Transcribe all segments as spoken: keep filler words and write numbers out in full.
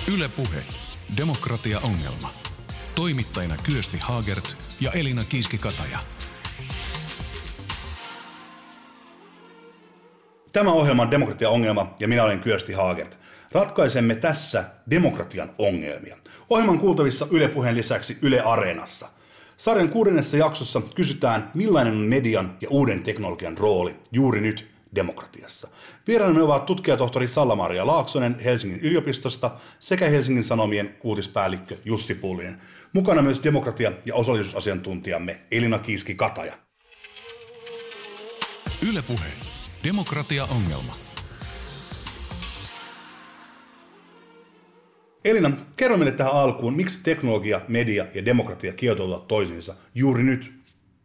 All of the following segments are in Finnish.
Yle Puhe. Demokratia-ongelma. Toimittajina Kyösti Haagert ja Elina Kiiski-Kataja. Tämä ohjelma on Demokratia-ongelma ja minä olen Kyösti Haagert. Ratkaisemme tässä demokratian ongelmia. Ohjelman kuultavissa Yle Puheen lisäksi Yle Areenassa. Sarjan kuudennessa jaksossa kysytään, millainen on median ja uuden teknologian rooli juuri nyt demokratiassa. Vieraanamme ovat tutkijatohtori Salla-Maria Laaksonen Helsingin yliopistosta sekä Helsingin Sanomien uutispäällikkö Jussi Pullinen. Mukana myös demokratia- ja osallisuusasiantuntijamme Elina Kiiski-Kataja. Yle Puhe. Demokratia-ongelma. Elina, kerro meille tähän alkuun, miksi teknologia, media ja demokratia kietoutuvat toisiinsa juuri nyt?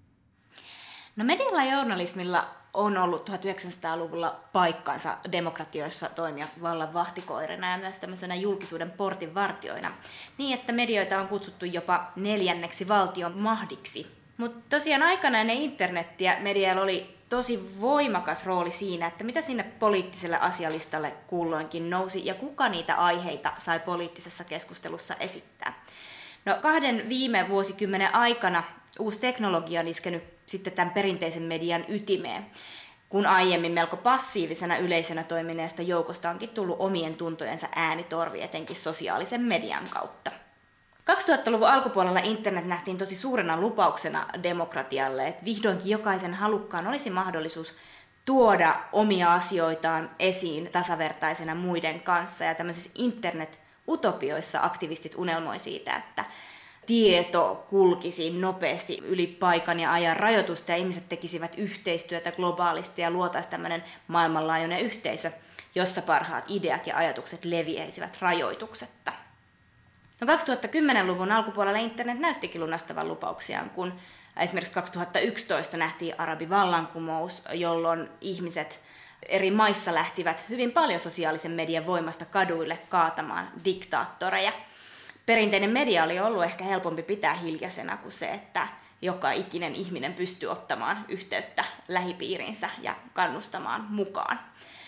No medialla ja journalismilla on ollut tuhatyhdeksänsataaluvulla paikkansa demokratioissa toimia vallan vahtikoirina ja myös tämmöisenä julkisuuden portinvartioina, niin että medioita on kutsuttu jopa neljänneksi valtion mahdiksi. Mutta tosiaan aikana ennen internettiä medialla oli tosi voimakas rooli siinä, että mitä sinne poliittiselle asialistalle kulloinkin nousi ja kuka niitä aiheita sai poliittisessa keskustelussa esittää. No kahden viime vuosikymmenen aikana uusi teknologia on iskenyt sitten tämän perinteisen median ytimeen, kun aiemmin melko passiivisena yleisönä toimineesta joukosta onkin tullut omien tuntojensa äänitorvi etenkin sosiaalisen median kautta. kaksituhattaluvun alkupuolella internet nähtiin tosi suurena lupauksena demokratialle, että vihdoinkin jokaisen halukkaan olisi mahdollisuus tuoda omia asioitaan esiin tasavertaisena muiden kanssa. Ja tämmöisissä internet-utopioissa aktivistit unelmoi siitä, että tieto kulkisi nopeasti yli paikan ja ajan rajoitusta ja ihmiset tekisivät yhteistyötä globaalisti ja luotaisiin tämmöinen maailmanlaajuinen yhteisö, jossa parhaat ideat ja ajatukset leviäisivät rajoituksetta. No kaksituhattakymmenluvun alkupuolella internet näyttikin lunastavan lupauksiaan, kun esimerkiksi kaksituhattayksitoista nähtiin arabivallankumous, jolloin ihmiset eri maissa lähtivät hyvin paljon sosiaalisen median voimasta kaduille kaatamaan diktaattoreja. Perinteinen media oli ollut ehkä helpompi pitää hiljaisena kuin se, että joka ikinen ihminen pystyy ottamaan yhteyttä lähipiirinsä ja kannustamaan mukaan.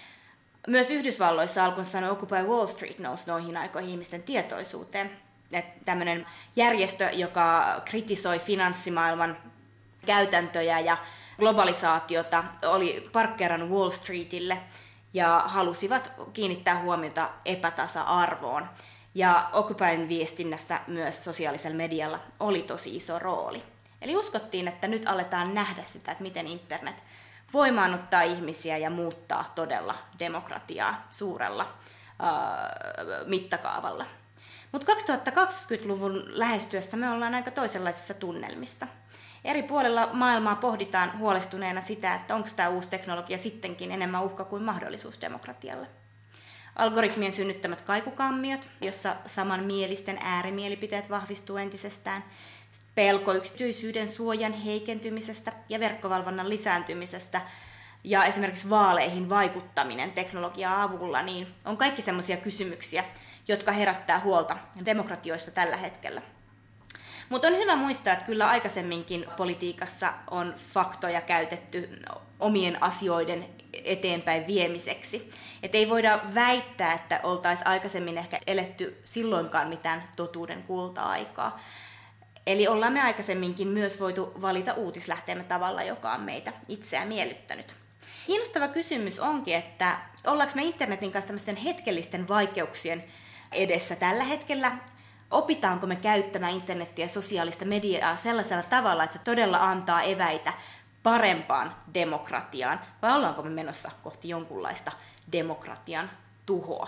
Myös Yhdysvalloissa alkunsa sanoi Occupy Wall Street nousi noihin aikoihin ihmisten tietoisuuteen. Että tämmöinen järjestö, joka kritisoi finanssimaailman käytäntöjä ja globalisaatiota, oli parkkeerannut Wall Streetille ja halusivat kiinnittää huomiota epätasa-arvoon. Ja Occupyn viestinnässä myös sosiaalisella medialla oli tosi iso rooli. Eli uskottiin, että nyt aletaan nähdä sitä, että miten internet voimaannuttaa ihmisiä ja muuttaa todella demokratiaa suurella äh, mittakaavalla. Mutta kaksituhattakaksikymmentäluvun lähestyessä me ollaan aika toisenlaisissa tunnelmissa. Eri puolilla maailmaa pohditaan huolestuneena sitä, että onko tämä uusi teknologia sittenkin enemmän uhka kuin mahdollisuus demokratialle. Algoritmien synnyttämät kaikukammiot, jossa samanmielisten äärimielipiteet vahvistuu entisestään, pelko yksityisyyden suojan heikentymisestä ja verkkovalvonnan lisääntymisestä ja esimerkiksi vaaleihin vaikuttaminen teknologian avulla, niin on kaikki sellaisia kysymyksiä, jotka herättää huolta demokratioissa tällä hetkellä. Mutta on hyvä muistaa, että kyllä aikaisemminkin politiikassa on faktoja käytetty omien asioiden eteenpäin viemiseksi. Et ei voida väittää, että oltaisiin aikaisemmin ehkä eletty silloinkaan mitään totuuden kulta-aikaa. Eli ollaan me aikaisemminkin myös voitu valita uutislähteemme tavalla, joka on meitä itseään miellyttänyt. Kiinnostava kysymys onkin, että ollaanko me internetin kanssa tämmöisen hetkellisten vaikeuksien edessä tällä hetkellä? Opitaanko me käyttämään internetiä ja sosiaalista mediaa sellaisella tavalla, että se todella antaa eväitä parempaan demokratiaan, vai ollaanko me menossa kohti jonkunlaista demokratian tuhoa?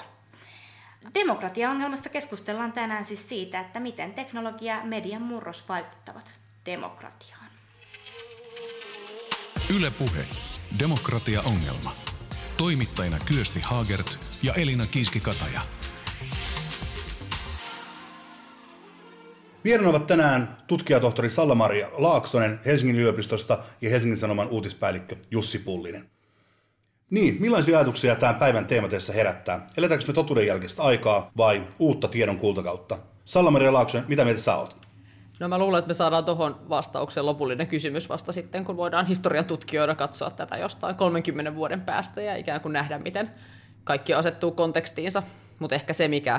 Demokratia-ongelmasta keskustellaan tänään siis siitä, että miten teknologia ja median murros vaikuttavat demokratiaan. Yle Puhe. Demokratia-ongelma. Toimittajina Kyösti Haagert ja Elina Kiiski-Kataja. Vieraana ovat tänään tutkijatohtori Salla-Maria Laaksonen Helsingin yliopistosta ja Helsingin Sanoman uutispäällikkö Jussi Pullinen. Niin, millaisia ajatuksia tämän päivän teema teissä herättää? Eletäänkö me totuuden jälkeistä aikaa vai uutta tiedon kultakautta? Salla-Maria Laaksonen, mitä mieltä sä oot? No mä luulen, että me saadaan tuohon vastaukseen lopullinen kysymys vasta sitten, kun voidaan historian tutkijoina katsoa tätä jostain kolmenkymmenen vuoden päästä ja ikään kuin nähdä, miten kaikki asettuu kontekstiinsa. Mutta ehkä se, mikä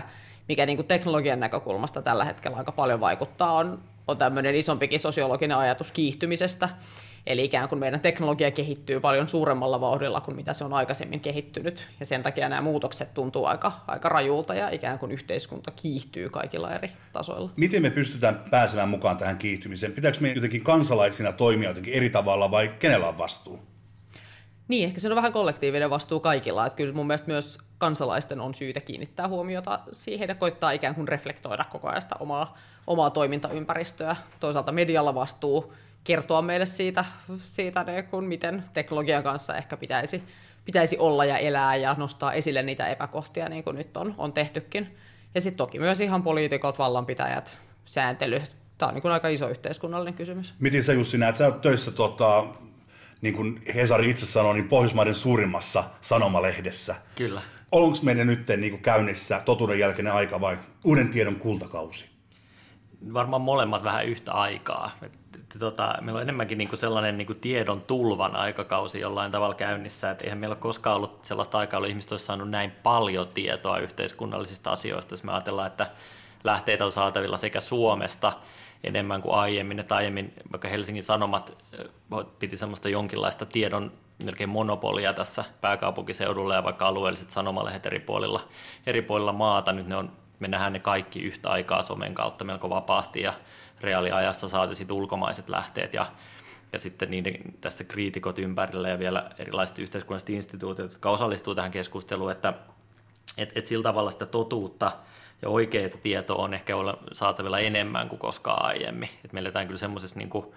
mikä niin kuin teknologian näkökulmasta tällä hetkellä aika paljon vaikuttaa, on, on tämmöinen isompikin sosiologinen ajatus kiihtymisestä. Eli ikään kuin meidän teknologia kehittyy paljon suuremmalla vauhdilla kuin mitä se on aikaisemmin kehittynyt. Ja sen takia nämä muutokset tuntuu aika, aika rajulta ja ikään kuin yhteiskunta kiihtyy kaikilla eri tasoilla. Miten me pystytään pääsemään mukaan tähän kiihtymiseen? Pitääkö me jotenkin kansalaisina toimia jotenkin eri tavalla vai kenellä on vastuu? Niin, ehkä se on vähän kollektiivinen vastuu kaikilla. Että kyllä mun mielestä myös kansalaisten on syytä kiinnittää huomiota siihen ja koittaa ikään kuin reflektoida koko ajan sitä omaa, omaa toimintaympäristöä. Toisaalta medialla vastuu kertoa meille siitä, siitä kun miten teknologian kanssa ehkä pitäisi, pitäisi olla ja elää ja nostaa esille niitä epäkohtia, niin kuin nyt on, on tehtykin. Ja sitten toki myös ihan poliitikot, vallanpitäjät, sääntely. Tämä on niin kuin aika iso yhteiskunnallinen kysymys. Miten sä, Jussi, näet? Sä oot töissä, tota, niin kuin Hesari itse sanoi, niin Pohjoismaiden suurimmassa sanomalehdessä. Kyllä. Onko meidän nyt niin kuin käynnissä totuuden jälkeinen aika vai uuden tiedon kultakausi? Varmaan molemmat vähän yhtä aikaa. Tota, meillä on enemmänkin niinku sellainen niinku tiedon tulvan aikakausi jollain tavalla käynnissä, että eihän meillä ole koskaan ollut sellaista aikaa, jolloin ihmiset olisi saanut näin paljon tietoa yhteiskunnallisista asioista. Jos me ajatellaan, että lähteitä on saatavilla sekä Suomesta enemmän kuin aiemmin, että aiemmin vaikka Helsingin Sanomat piti semmoista jonkinlaista tiedon melkein monopolia tässä pääkaupunkiseudulla ja vaikka alueelliset sanomalehdet eri puolilla, eri puolilla maata, nyt ne on, me nähdään ne kaikki yhtä aikaa somen kautta melko vapaasti ja reaaliajassa saati sitten ulkomaiset lähteet ja, ja sitten niiden tässä kriitikot ympärillä ja vielä erilaiset yhteiskunnalliset instituutiot, jotka osallistuu tähän keskusteluun, että et, et sillä tavalla sitä totuutta ja oikeaa tietoa on ehkä olla saatavilla enemmän kuin koskaan aiemmin. Et me eletään kyllä semmoisessa niinku,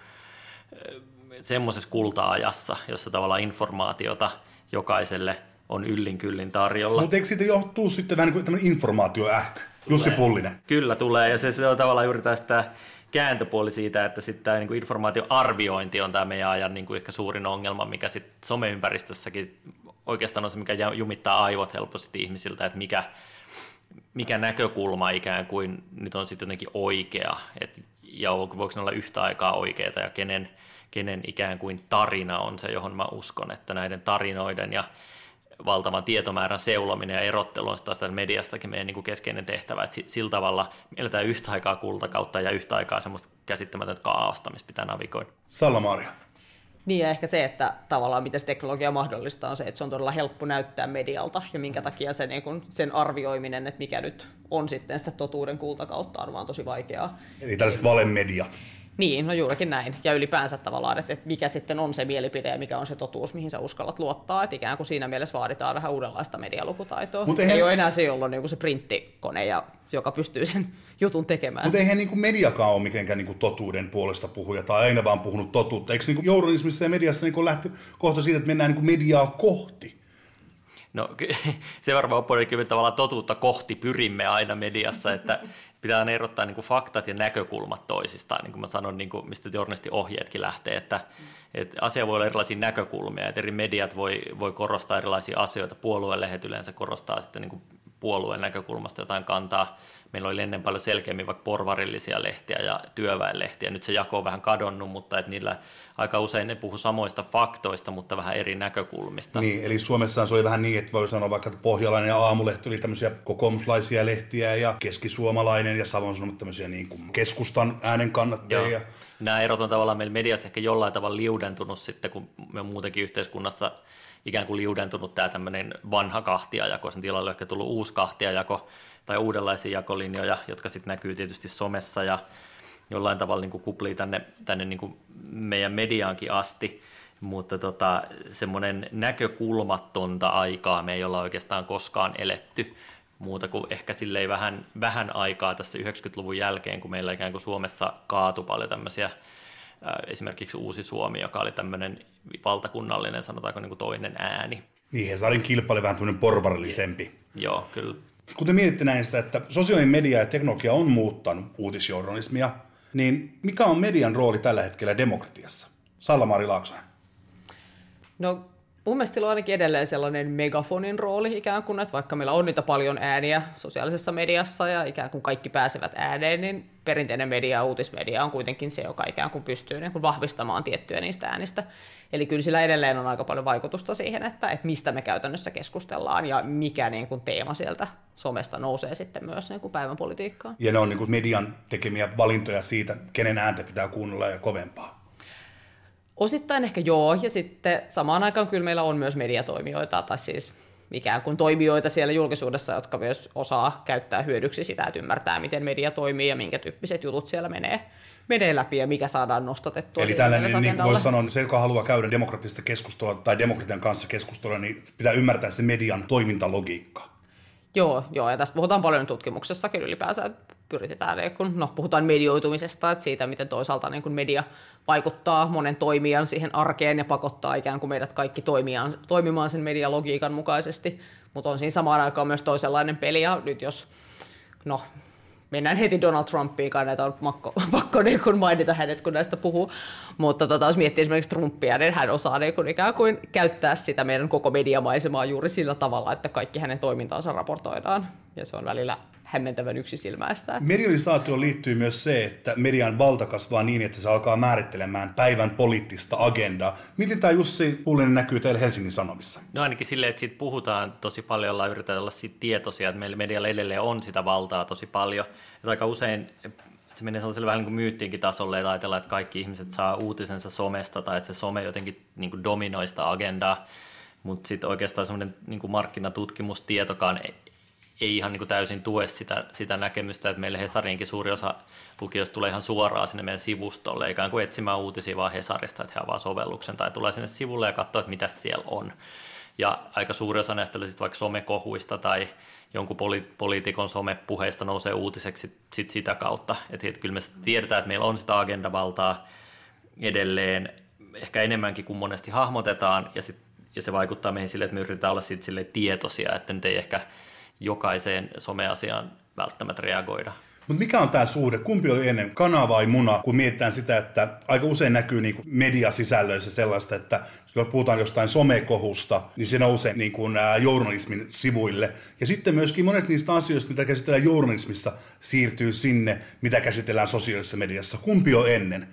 semmoisessa kulta-ajassa, jossa tavallaan informaatiota jokaiselle on yllin kyllin tarjolla. Mutta eikö siitä johtuu sitten vähän niin kuin tämmöinen informaatioähky? Jussi Pullinen. Kyllä tulee, ja se, se on tavallaan juuri tästä kääntöpuoli siitä, että sitten tämä niin kuin informaatioarviointi on tämä meidän ajan niin kuin ehkä suurin ongelma, mikä sitten someympäristössäkin oikeastaan on se, mikä jumittaa aivot helposti ihmisiltä, että mikä, mikä näkökulma ikään kuin nyt on sitten jotenkin oikea, et, ja voiko ne olla yhtä aikaa oikeita, ja kenen, kenen ikään kuin tarina on se, johon mä uskon, että näiden tarinoiden ja valtavan tietomäärän seulominen ja erottelu on taas mediastakin meidän niin kuin keskeinen tehtävä, että sillä tavalla eletään yhtä aikaa kultakautta ja yhtä aikaa semmoista käsittämätöntä kaaosta, missä pitää navigoida. Salla-Maria. Niin ja ehkä se, että tavallaan miten se teknologia mahdollistaa on se, että se on todella helppo näyttää medialta ja minkä takia se, niin kun, sen arvioiminen, että mikä nyt on sitten sitä totuuden kultakautta on vaan tosi vaikeaa. Eli tällaiset valemediat. Niin, no juurikin näin. Ja ylipäänsä tavallaan, että, että mikä sitten on se mielipide ja mikä on se totuus, mihin sä uskallat luottaa. Että ikään kuin siinä mielessä vaaditaan vähän uudenlaista medialukutaitoa. Mut se eihän... ei ole enää se, jolloin niin kuin se printtikone, ja, joka pystyy sen jutun tekemään. Mutta eihän niin kuin mediakaan ole mitenkään niin kuin totuuden puolesta puhuja tai aina vaan puhunut totuutta. Eikö niin kuin journalismissa ja mediassa niin kuin lähty kohta siitä, että mennään niin kuin mediaa kohti? No se varmaan oppoidenkin tavallaan totuutta kohti pyrimme aina mediassa, että pitää aina erottaa niin kuin faktat ja näkökulmat toisistaan, niin kuin mä sanon, niin kuin, mistä journalistiohjeetkin lähtee, että, että asia voi olla erilaisia näkökulmia, että eri mediat voi, voi korostaa erilaisia asioita, puoluelehdet yleensä korostaa sitten niin kuin puolueen näkökulmasta jotain kantaa. Meillä oli ennen paljon selkeämmin vaikka porvarillisia lehtiä ja työväenlehtiä. Nyt se jako on vähän kadonnut, mutta että niillä aika usein ne puhuu samoista faktoista, mutta vähän eri näkökulmista. Niin, eli Suomessa se oli vähän niin, että voi sanoa vaikka, että Pohjalainen ja Aamulehti oli tämmöisiä kokoomuslaisia lehtiä ja Keskisuomalainen ja Savon Sanomat tämmöisiä niin kuin keskustan äänen kannattajia. Joo. Nämä erot on tavallaan meillä mediassa ehkä jollain tavalla liudentunut sitten, kun me muutenkin yhteiskunnassa ikään kuin liudentunut tämä tämmöinen vanha kahtiajako, sen tilalle on ehkä tullut uusi kahtiajako tai uudenlaisia jakolinjoja, jotka sitten näkyy tietysti somessa ja jollain tavalla niin kuin kuplii tänne, tänne niin kuin meidän mediaankin asti, mutta tota, semmoinen näkökulmatonta aikaa me ei olla oikeastaan koskaan eletty, muuta kuin ehkä silleen vähän, vähän aikaa tässä yhdeksänkymmentäluvun jälkeen, kun meillä ikään kuin Suomessa kaatui paljon tämmöisiä, esimerkiksi Uusi Suomi, joka oli tämmöinen valtakunnallinen, sanotaanko niin kuin toinen ääni. Niin, Hesarin kilpailu vähän tämmöinen porvarillisempi. Joo, kyllä. Kun te mietitte näin sitä, että sosiaalinen media ja teknologia on muuttanut uutisjournalismia, niin mikä on median rooli tällä hetkellä demokratiassa? Salla-Mari Laaksonen. No Mun mielestä sillä on ainakin edelleen sellainen megafonin rooli ikään kuin, että vaikka meillä on niitä paljon ääniä sosiaalisessa mediassa ja ikään kuin kaikki pääsevät ääneen, niin perinteinen media ja uutismedia on kuitenkin se, joka ikään kuin pystyy niin kuin vahvistamaan tiettyjä niistä äänistä. Eli kyllä sillä edelleen on aika paljon vaikutusta siihen, että, että mistä me käytännössä keskustellaan ja mikä niin kuin teema sieltä somesta nousee sitten myös niin kuin päivän politiikkaan. Ja ne on niin kuin median tekemiä valintoja siitä, kenen ääntä pitää kuunnella ja kovempaa. Osittain ehkä joo, ja sitten samaan aikaan kyllä meillä on myös mediatoimijoita, tai siis ikään kuin toimijoita siellä julkisuudessa, jotka myös osaa käyttää hyödyksi sitä, että ymmärtää, miten media toimii ja minkä tyyppiset jutut siellä menee, menee läpi ja mikä saadaan nostatettua. Eli tällainen, niin kuin voi sanoa, se, joka haluaa käydä demokraattista keskustelua tai demokratian kanssa keskustelua, niin pitää ymmärtää se median toimintalogiikka. Joo, joo, ja tästä puhutaan paljon tutkimuksessakin ylipäänsä, pyritetään, kun no, puhutaan medioitumisesta, että siitä, miten toisaalta niin kun media vaikuttaa monen toimijan siihen arkeen ja pakottaa ikään kuin meidät kaikki toimiaan, toimimaan sen medialogiikan mukaisesti, mutta on siinä samaan aikaan myös toisenlainen peli, ja nyt jos, no, mennään heti Donald Trumpiin, kai näitä on pakko, pakko niin kun mainita hänet, kun näistä puhuu, mutta tota, jos miettii esimerkiksi Trumpia, niin hän osaa niin kun ikään kuin käyttää sitä meidän koko mediamaisemaa juuri sillä tavalla, että kaikki hänen toimintaansa raportoidaan, ja se on välillä hämmentävän yksisilmäistä. Medialisaatioon liittyy myös se, että median valta kasvaa niin, että se alkaa määrittelemään päivän poliittista agendaa. Miten tämä Jussi Pullinen näkyy teille Helsingin Sanomissa? No ainakin silleen, että siitä puhutaan tosi paljon, ollaan yritetään olla siitä tietoisia, että meillä medialla edelleen on sitä valtaa tosi paljon. Että aika usein se menee sellaiselle vähän niin kuin myyttiinkin tasolle, että ajatellaan, että kaikki ihmiset saa uutisensa somesta tai että se some jotenkin niin kuin dominoi sitä agendaa, mutta sitten oikeastaan semmoinen niin kuin markkinatutkimustietokaan ei, ei ihan niin kuin täysin tue sitä, sitä näkemystä, että meille Hesariinkin suuri osa lukijoista tulee ihan suoraan sinne meidän sivustolle, ikään kuin etsimään uutisia vaan Hesarista, että he avaa sovelluksen tai tulee sinne sivulle ja katsoo, että mitä siellä on. Ja aika suuri osa näistä vaikka somekohuista tai jonkun poli- poliitikon somepuheista nousee uutiseksi sit sitä kautta. Että kyllä me tiedetään, että meillä on sitä agendavaltaa edelleen, ehkä enemmänkin kuin monesti hahmotetaan, ja, sit, ja se vaikuttaa meihin sille, että me yritetään olla sit sille tietoisia, että nyt ei ehkä jokaiseen someasiaan välttämättä reagoida. Mutta mikä on tämä suhde? Kumpi oli ennen, kana vai muna, kun mietitään sitä, että aika usein näkyy niinku mediasisällöissä sellaista, että jos puhutaan jostain somekohusta, niin se nousee niinku, ää, journalismin sivuille. Ja sitten myöskin monet niistä asioista, mitä käsitellään journalismissa, siirtyy sinne, mitä käsitellään sosiaalisessa mediassa. Kumpi on ennen?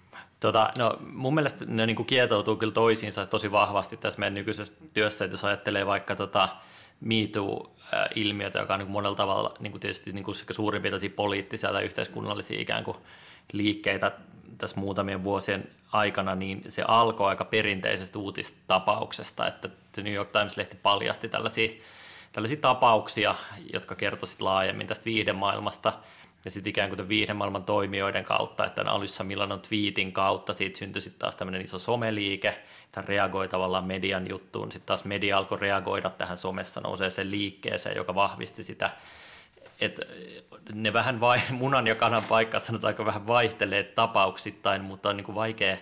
Tota, no, mun mielestä ne niin kuin kietoutuu kyllä toisiinsa tosi vahvasti tässä meidän nykyisessä työssä, että jos ajattelee vaikka tota Me Too-ilmiötä, joka on niin kuin monella tavalla niin kuin tietysti niin kuin sekä suurin piirtein poliittisia tai yhteiskunnallisia ikään kuin liikkeitä tässä muutamien vuosien aikana, niin se alkoi aika perinteisestä uutistapauksesta, että New York Times-lehti paljasti tällaisia, tällaisia tapauksia, jotka kertoisivat laajemmin tästä viihdemaailmasta, ja sitten ikään kuin viihdemaailman toimijoiden kautta, että tämän Alyssa Milanon twiitin kautta siitä syntyi sitten taas tämmöinen iso someliike, että hän reagoi tavallaan median juttuun, sitten taas media alkoi reagoida tähän somessa, nousee sen liikkeeseen, joka vahvisti sitä, että ne vähän vai, munan ja kanan paikka sanotaanko vähän vaihtelee tapauksittain, mutta on niin kuin vaikea,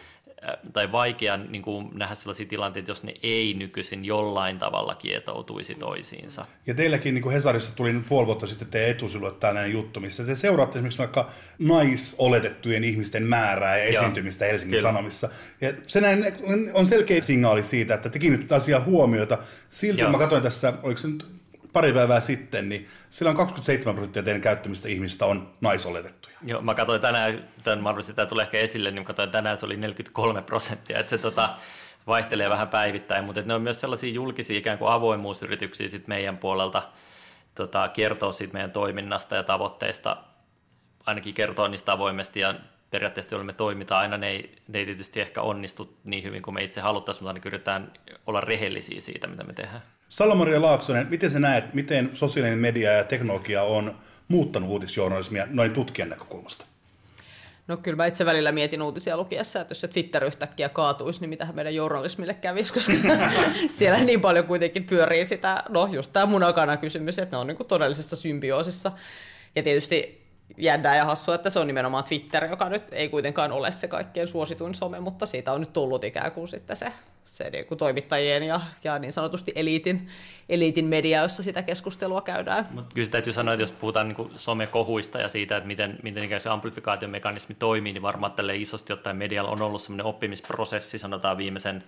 tai vaikea niin kuin nähdä sellaisia tilanteita, jos ne ei nykyisin jollain tavalla kietoutuisi toisiinsa. Ja teilläkin niin kuin Hesarissa tuli nyt puoli vuotta sitten teidän etusivulle tällainen juttu, missä te seuraatte esimerkiksi vaikka naisoletettujen ihmisten määrää ja esiintymistä Helsingin Kyllä. Sanomissa. Ja se näin on selkeä signaali siitä, että te kiinnitätte asiaan huomiota. Silti Joo. mä katsoin tässä, oliko se nyt pari päivää sitten, niin sillä on kaksikymmentäseitsemän prosenttia teidän käyttämistä ihmistä on naisoletettuja. Joo, mä katsoin tänään, tämän mahdollisesti tämä tulee ehkä esille, niin mä katsoin tänään se oli neljäkymmentäkolme prosenttia, että se tota, vaihtelee vähän päivittäin, mutta ne on myös sellaisia julkisia ikään kuin avoimuusyrityksiä sit meidän puolelta tota, kertoo siitä meidän toiminnasta ja tavoitteista, ainakin kertoo niistä avoimesti ja periaatteessa, joilla me toimitaan, aina ne ei, ne ei tietysti ehkä onnistu niin hyvin kuin me itse haluttaisiin, mutta ainakin yritetään olla rehellisiä siitä, mitä me tehdään. Salla-Maria Laaksonen, miten sä näet, miten sosiaalinen media ja teknologia on muuttanut uutisjournalismia noin tutkijan näkökulmasta? No kyllä mä itse välillä mietin uutisia lukiessa, että jos se Twitter yhtäkkiä kaatuisi, niin mitähän meidän journalismille kävisi, koska siellä niin paljon kuitenkin pyörii sitä, no just tämä munakana kysymys, että ne on niin kuin todellisessa symbioosissa. Ja tietysti jännää ja hassua, että se on nimenomaan Twitter, joka nyt ei kuitenkaan ole se kaikkein suosituin some, mutta siitä on nyt tullut ikään kuin sitten se, se niin kuin toimittajien ja, ja niin sanotusti eliitin, eliitin media, jossa sitä keskustelua käydään. Mut kyllä täytyy sanoa, että jos puhutaan niin kuin somekohuista ja siitä, että miten, miten ikään se amplifikaatiomekanismi toimii, niin varmaan tälle isosti ottaen medialla on ollut sellainen oppimisprosessi, sanotaan viimeisen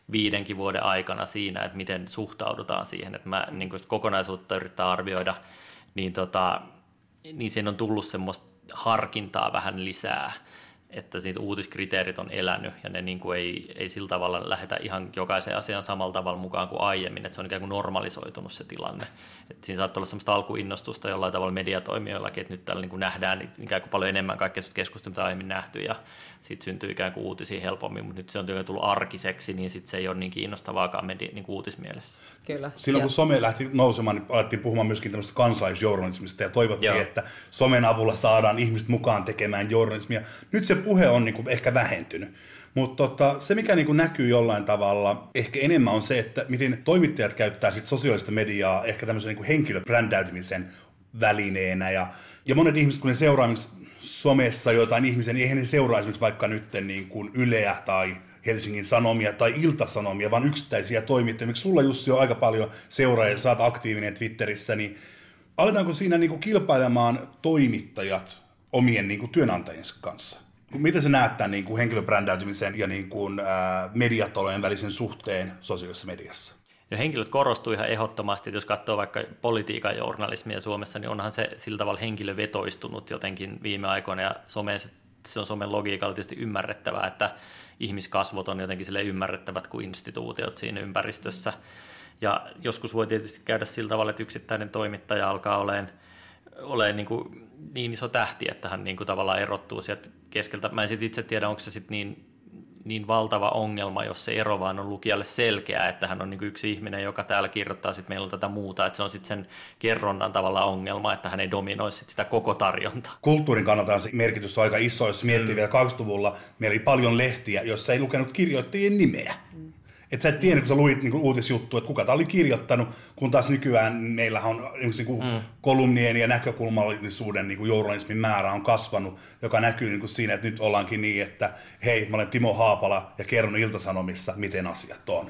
viidenkin vuoden aikana siinä, että miten suhtaudutaan siihen, että mä niin kuin kokonaisuutta yrittää arvioida, niin, tota, niin siinä on tullut semmoista harkintaa vähän lisää, että siitä uutiskriteerit on elänyt ja ne niin kuin ei, ei sillä tavalla lähetä ihan jokaisen asian samalla tavalla mukaan kuin aiemmin, että se on ikään kuin normalisoitunut se tilanne. Että siinä saattaa olla sellaista alkuinnostusta jollain tavalla mediatoimijoillakin, että nyt täällä niin kuin nähdään ikään kuin paljon enemmän kaikkea keskustelua, mitä aiemmin nähty ja sitten syntyy ikään kuin uutisia helpommin, mutta nyt se on tullut arkiseksi, niin sitten se ei ole niin kiinnostavaakaan medi- niin kuin uutismielessä. Kyllä. Silloin kun some lähti nousemaan, niin alettiin puhumaan myöskin tämmöistä kansalaisjournalismista ja toivottiin, Joo. että somen avulla saadaan ihmiset mukaan tekemään journalismia. Nyt se puhe on niin kuin ehkä vähentynyt. Mutta tota, se, mikä niin kuin näkyy jollain tavalla ehkä enemmän on se, että miten toimittajat käyttää sit sosiaalista mediaa ehkä tämmöisen niin kuin henkilöbrändäytymisen välineenä. Ja, ja monet ihmiset, kun ne seuraa somessa jotain ihmisiä, niin eihän ne seuraa esimerkiksi vaikka nyt niin kuin Yleä tai Helsingin Sanomia tai Ilta-Sanomia, vaan yksittäisiä toimittajia. Miksi sulla, Jussi, on aika paljon seuraajia, sä oot aktiivinen Twitterissä, niin aletaanko siinä niin kuin kilpailemaan toimittajat omien niin kuin työnantajiensa kanssa? Miten sä näet tämän niin kuin henkilöbrändäytymisen ja niin kuin, ää, mediatalojen välisen suhteen sosiaalisessa mediassa? No, henkilöt korostuu ihan ehdottomasti, että jos katsoo vaikka politiikan journalismia Suomessa, niin onhan se sillä tavalla henkilövetoistunut jotenkin viime aikoina, ja some, se on somen logiikalla tietysti ymmärrettävää, että ihmiskasvot on jotenkin sille ymmärrettävät kuin instituutiot siinä ympäristössä, ja joskus voi tietysti käydä sillä tavalla, että yksittäinen toimittaja alkaa olemaan ole niin, kuin niin iso tähti, että hän niin kuin tavallaan erottuu sieltä keskeltä. Mä en sit itse tiedä, onko se sit niin, niin valtava ongelma, jos se ero vaan on lukijalle selkeä, että hän on niin kuin yksi ihminen, joka täällä kirjoittaa sit meillä tätä muuta, että se on sitten sen kerronnan tavalla ongelma, että hän ei dominoi sit sitä koko tarjontaa. Kulttuurin kannalta se merkitys on aika iso, jos miettii mm. vielä kaksituhattaluvulla, meillä oli paljon lehtiä, joissa ei lukenut kirjoittajien nimeä. Mm. Että sä et tiedä, kun sä luit niin uutisjuttua, että kuka tämä oli kirjoittanut, kun taas nykyään meillä on niin kuin mm. kolumnien ja näkökulmallisuuden niin kuin journalismin määrä on kasvanut, joka näkyy niin kuin siinä, että nyt ollaankin niin, että hei, mä olen Timo Haapala ja kerron Ilta-Sanomissa, miten asiat on.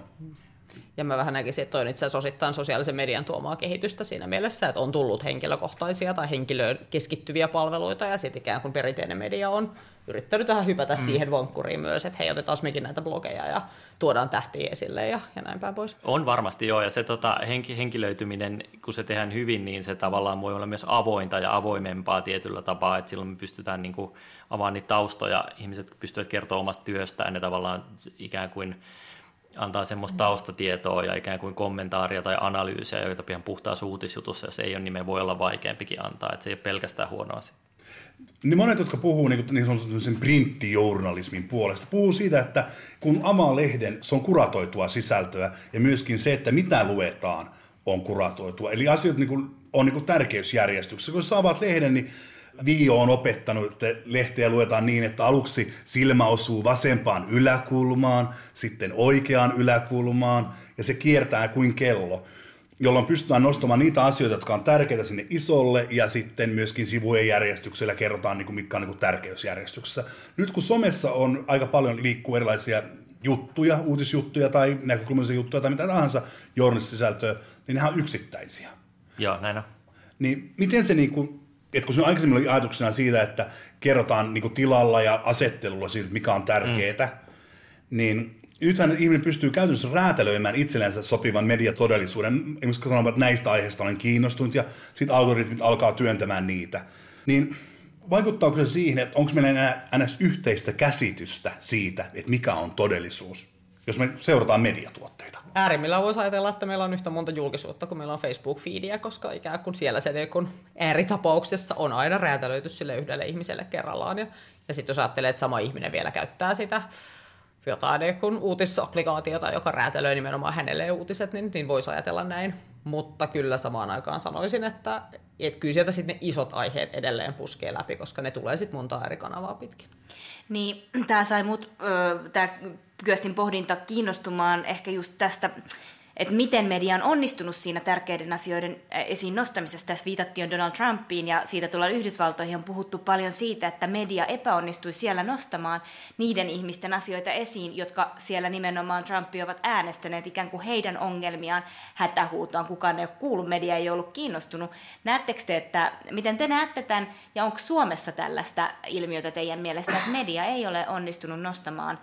Ja mä vähän näkisin, että toi on itse asiassa osittain sosiaalisen median tuomaa kehitystä siinä mielessä, että on tullut henkilökohtaisia tai henkilöön keskittyviä palveluita, ja sitten ikään kuin perinteinen media on yrittänyt vähän hypätä mm. siihen vonkkuriin myös, että hei, otetaan mekin näitä blogeja ja tuodaan tähtiä esille ja, ja näin päin pois. On varmasti joo, ja se tota, henki, henkilöityminen, kun se tehdään hyvin, niin se tavallaan voi olla myös avointa ja avoimempaa tietyllä tapaa, että silloin me pystytään niin kuin avaamaan niitä taustoja, ihmiset pystyvät kertoa omasta työstään, ne tavallaan ikään kuin antaa semmoista taustatietoa ja ikään kuin kommentaaria tai analyysiä, joita pian puhtaassa uutisjutussa, jos ei ole, niin me voi olla vaikeampikin antaa, että se ei ole pelkästään huono asia. Niin monet, jotka puhuu niin, niin sanotun printtijournalismin puolesta, puhuu siitä, että kun avaa lehden, se on kuratoitua sisältöä ja myöskin se, että mitä luetaan, on kuratoitua. Eli asiat niin kuin, on niin kuin tärkeysjärjestyksessä. Kun sä avaat lehden, niin Viio on opettanut, että lehteä luetaan niin, että aluksi silmä osuu vasempaan yläkulmaan, sitten oikeaan yläkulmaan ja se kiertää kuin kello, jolloin pystytään nostamaan niitä asioita, jotka on tärkeitä sinne isolle, ja sitten myöskin sivujen järjestyksellä kerrotaan, niin kuin, mitkä on niin kuin tärkeysjärjestyksessä. Nyt kun somessa on aika paljon liikkuu erilaisia juttuja, uutisjuttuja tai näkökulmallisia juttuja tai mitä tahansa journalistisisältöä, niin nehän on yksittäisiä. Joo, näin on. Niin miten se, niin kuin, että kun se aikaisemmin oli ajatuksena siitä, että kerrotaan niin kuin tilalla ja asettelulla siitä, mikä on tärkeää, mm. niin nythän ihminen pystyy käytännössä räätälöimään itsellensä sopivan mediatodellisuuden. Esimerkiksi sanomaan, että näistä aiheista olen kiinnostunut ja sitten algoritmit alkaa työntämään niitä. Niin vaikuttaako se siihen, että onko meillä enää ns. Yhteistä käsitystä siitä, että mikä on todellisuus, jos me seurataan mediatuotteita? Äärimmillään voisi ajatella, että meillä on yhtä monta julkisuutta kuin meillä on Facebook-feediä, koska ikään kuin siellä se niin kun ääritapauksessa on aina räätälöity sille yhdelle ihmiselle kerrallaan. Ja, ja sitten jos ajattelee, että sama ihminen vielä käyttää sitä jotain niin kuin uutisapplikaatiota, joka räätälöi nimenomaan hänelle uutiset, niin, niin voisi ajatella näin. Mutta kyllä samaan aikaan sanoisin, että, että kyllä sieltä sitten ne isot aiheet edelleen puskee läpi, koska ne tulee sitten monta eri kanavaa pitkin. Niin, tämä sai mut, tämä Kyöstin pohdinta kiinnostumaan ehkä just tästä, että miten media on onnistunut siinä tärkeiden asioiden esiin nostamisessa. Tässä viitattiin Donald Trumpiin ja siitä tullaan Yhdysvaltoihin on puhuttu paljon siitä, että media epäonnistui siellä nostamaan niiden ihmisten asioita esiin, jotka siellä nimenomaan Trumpia ovat äänestäneet ikään kuin heidän ongelmiaan hätähuutoon. Kukaan ei ole kuullut, media ei ollut kiinnostunut. Näettekö te, että miten te näette tämän ja onko Suomessa tällaista ilmiötä teidän mielestä, että media ei ole onnistunut nostamaan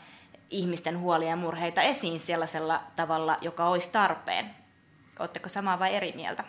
ihmisten huolia ja murheita esiin sellaisella tavalla, joka olisi tarpeen. Oletteko samaa vai eri mieltä?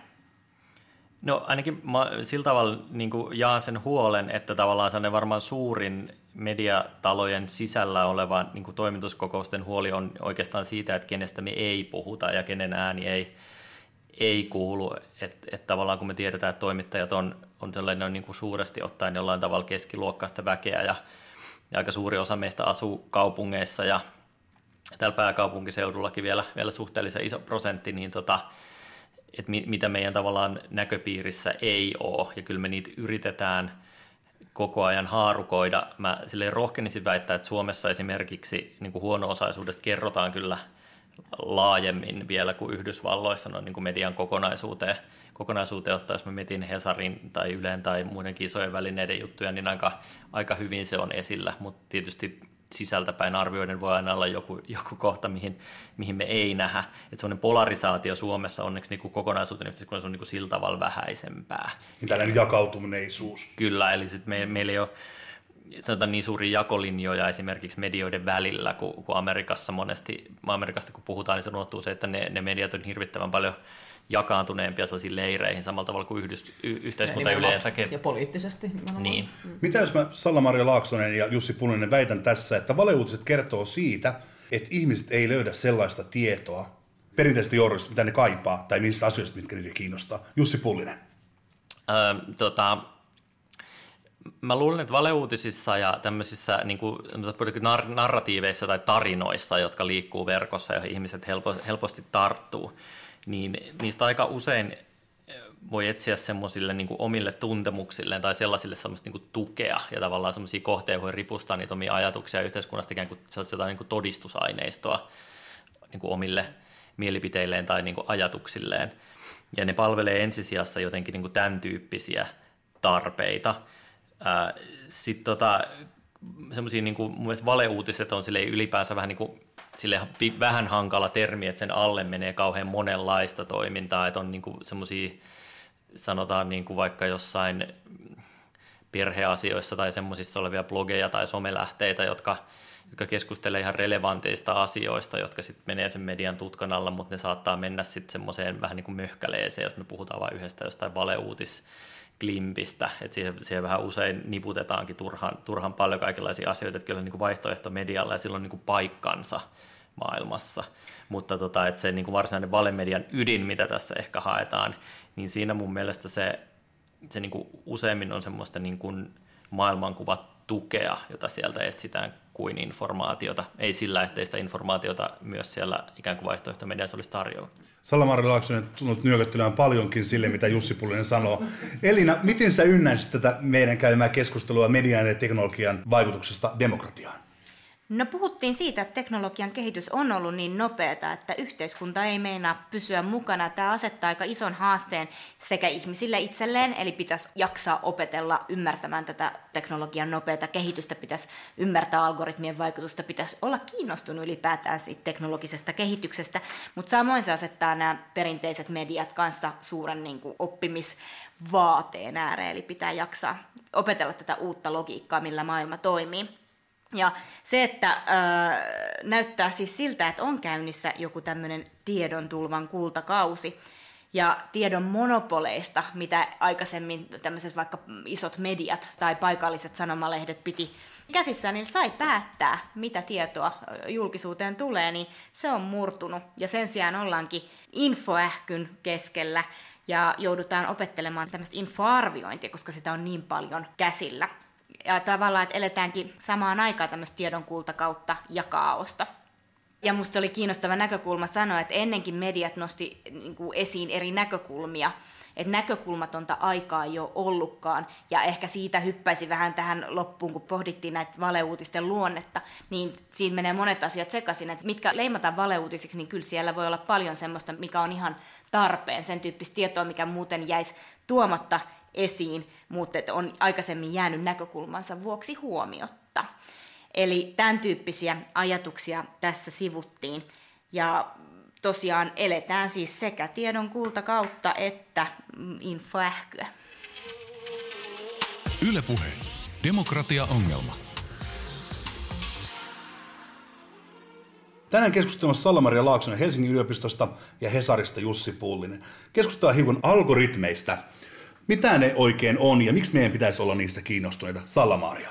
No ainakin mä sillä tavalla niin kuin jaan sen huolen, että tavallaan sellainen varmaan suurin mediatalojen sisällä oleva niin kuin toimituskokousten huoli on oikeastaan siitä, että kenestä me ei puhuta ja kenen ääni ei, ei kuulu. Että et tavallaan kun me tiedetään, että toimittajat on, on sellainen niin kuin suuresti ottaen jollain tavalla keskiluokkaista väkeä ja, ja aika suuri osa meistä asuu kaupungeissa ja täällä pääkaupunkiseudullakin vielä, vielä suhteellisen iso prosentti, niin tota, että mitä meidän tavallaan näköpiirissä ei ole, ja kyllä me niitä yritetään koko ajan haarukoida. Mä silleen rohkenisin väittää, että Suomessa esimerkiksi niin kuin huono-osaisuudesta kerrotaan kyllä laajemmin vielä kuin Yhdysvalloissa no, niin kuin median kokonaisuuteen, kokonaisuuteen ottaa, jos mä mietin Hesarin tai Ylen tai muidenkin isojen välineiden juttuja, niin aika, aika hyvin se on esillä, mutta tietysti sisältäpäin arvioiden voi aina olla joku, joku kohta, mihin, mihin me ei nähdä. Että semmoinen polarisaatio Suomessa onneksi niin kuin kokonaisuuden yhteiskunnassa on niin kuin sillä tavalla vähäisempää. Niin tällainen jakautuneisuus. Kyllä, eli sit me, meillä ei ole sanotaan niin suuria jakolinjoja esimerkiksi medioiden välillä, kuin, kuin Amerikassa monesti, Amerikasta kun puhutaan, niin se unohtuu se, että ne, ne mediat on hirvittävän paljon jakaantuneempia sellaisiin leireihin samalla tavalla kuin yhdys, y, yhteiskunta yleensäkin. Ja poliittisesti. Niin. Mm. Mitä jos mä Salla-Maria Laaksonen ja Jussi Pulliainen väitän tässä, että valeuutiset kertoo siitä, että ihmiset ei löydä sellaista tietoa perinteisesti journalistista, mitä ne kaipaa, tai niistä asioista, mitkä niitä kiinnostaa. Jussi Pulliainen. Öö, tota, mä luulen, että valeuutisissa ja tämmöisissä niin kuin, narratiiveissa tai tarinoissa, jotka liikkuu verkossa ja ihmiset helpo, helposti tarttuu, niin niistä aika usein voi etsiä semmoisille niin kuin omille tuntemuksilleen tai sellaisille semmoista niin kuin tukea ja tavallaan semmoisia kohteita voi ripustaa niitä omia ajatuksia yhteiskunnasta ikään kuin jotain niin kuin todistusaineistoa niin kuin omille mielipiteilleen tai niin kuin ajatuksilleen. Ja ne palvelee ensisijassa jotenkin niin kuin tämän tyyppisiä tarpeita. Sitten tota, semmoisia niin kuin mun mielestä valeuutiset on silleen ylipäänsä vähän niin kuin sille vähän hankala termi, että sen alle menee kauhean monenlaista toimintaa, että on niin kuin semmoisia, sanotaan niin kuin vaikka jossain perheasioissa tai semmoisissa olevia blogeja tai somelähteitä, jotka, jotka keskustelee ihan relevanteista asioista, jotka sitten menee sen median tutkan alla, mutta ne saattaa mennä sitten semmoiseen vähän niin kuin möhkäleeseen, jos me puhutaan vain yhdestä jostain valeuutis klimpistä, että siihen, siihen vähän usein niputetaankin turhan, turhan paljon kaikenlaisia asioita, että kyllä niin kuin vaihtoehto medialla ja silloin niin kuin paikkansa maailmassa, mutta tota, että se niin kuin varsinainen valemedian ydin, mitä tässä ehkä haetaan, niin siinä mun mielestä se, se niin kuin useimmin on semmoista niin kuin maailmankuvatukea, jota sieltä etsitään kuin informaatiota, ei sillä, ettei sitä informaatiota myös siellä ikään kuin vaihtoehtomediassa olisi tarjolla. Salla-Maria Laaksonen tunnut nyököttelemään paljonkin sille, mitä Jussi Pulliainen sanoo. Elina, miten sä ynnäisit tätä meidän käymää keskustelua median ja teknologian vaikutuksesta demokratiaan? No puhuttiin siitä, että teknologian kehitys on ollut niin nopeata, että yhteiskunta ei meinaa pysyä mukana. Tämä asettaa aika ison haasteen sekä ihmisille itselleen, eli pitäisi jaksaa opetella ymmärtämään tätä teknologian nopeata kehitystä, pitäisi ymmärtää algoritmien vaikutusta, pitäisi olla kiinnostunut ylipäätään siitä teknologisesta kehityksestä, mutta samoin se asettaa nämä perinteiset mediat kanssa suuren niin kuin, oppimisvaateen ääreen, eli pitää jaksaa opetella tätä uutta logiikkaa, millä maailma toimii. Ja se, että äh, näyttää siis siltä, että on käynnissä joku tämmöinen tiedon tulvan kultakausi ja tiedon monopoleista, mitä aikaisemmin tämmöiset vaikka isot mediat tai paikalliset sanomalehdet piti käsissään, niin sai päättää, mitä tietoa julkisuuteen tulee, niin se on murtunut. Ja sen sijaan ollaankin infoähkyn keskellä ja joudutaan opettelemaan tämmöistä infoarviointia, koska sitä on niin paljon käsillä. Ja tavallaan, että eletäänkin samaan aikaan tämmöistä tiedon kultakautta ja kaaosta. Ja musta oli kiinnostava näkökulma sanoa, että ennenkin mediat nosti niin kuin esiin eri näkökulmia, että näkökulmatonta aikaa ei ole ollutkaan. Ja ehkä siitä hyppäisi vähän tähän loppuun, kun pohdittiin näitä valeuutisten luonnetta, niin siinä menee monet asiat sekaisin, että mitkä leimataan valeuutisiksi, niin kyllä siellä voi olla paljon semmoista, mikä on ihan tarpeen, sen tyyppistä tietoa, mikä muuten jäisi tuomatta esiin, mutta on aikaisemmin jäänyt näkökulmansa vuoksi huomiotta. Eli tämän tyyppisiä ajatuksia tässä sivuttiin. Ja tosiaan eletään siis sekä tiedon kultakautta että infoähkyä. Yle Puhe. Demokratia-ongelma. Tänään keskustelemassa Salla-Maria Laaksonen Helsingin yliopistosta ja Hesarista Jussi Pullinen. Keskustellaan hiukan algoritmeista. Mitä ne oikein on ja miksi meidän pitäisi olla niistä kiinnostuneita? Salla-Maria.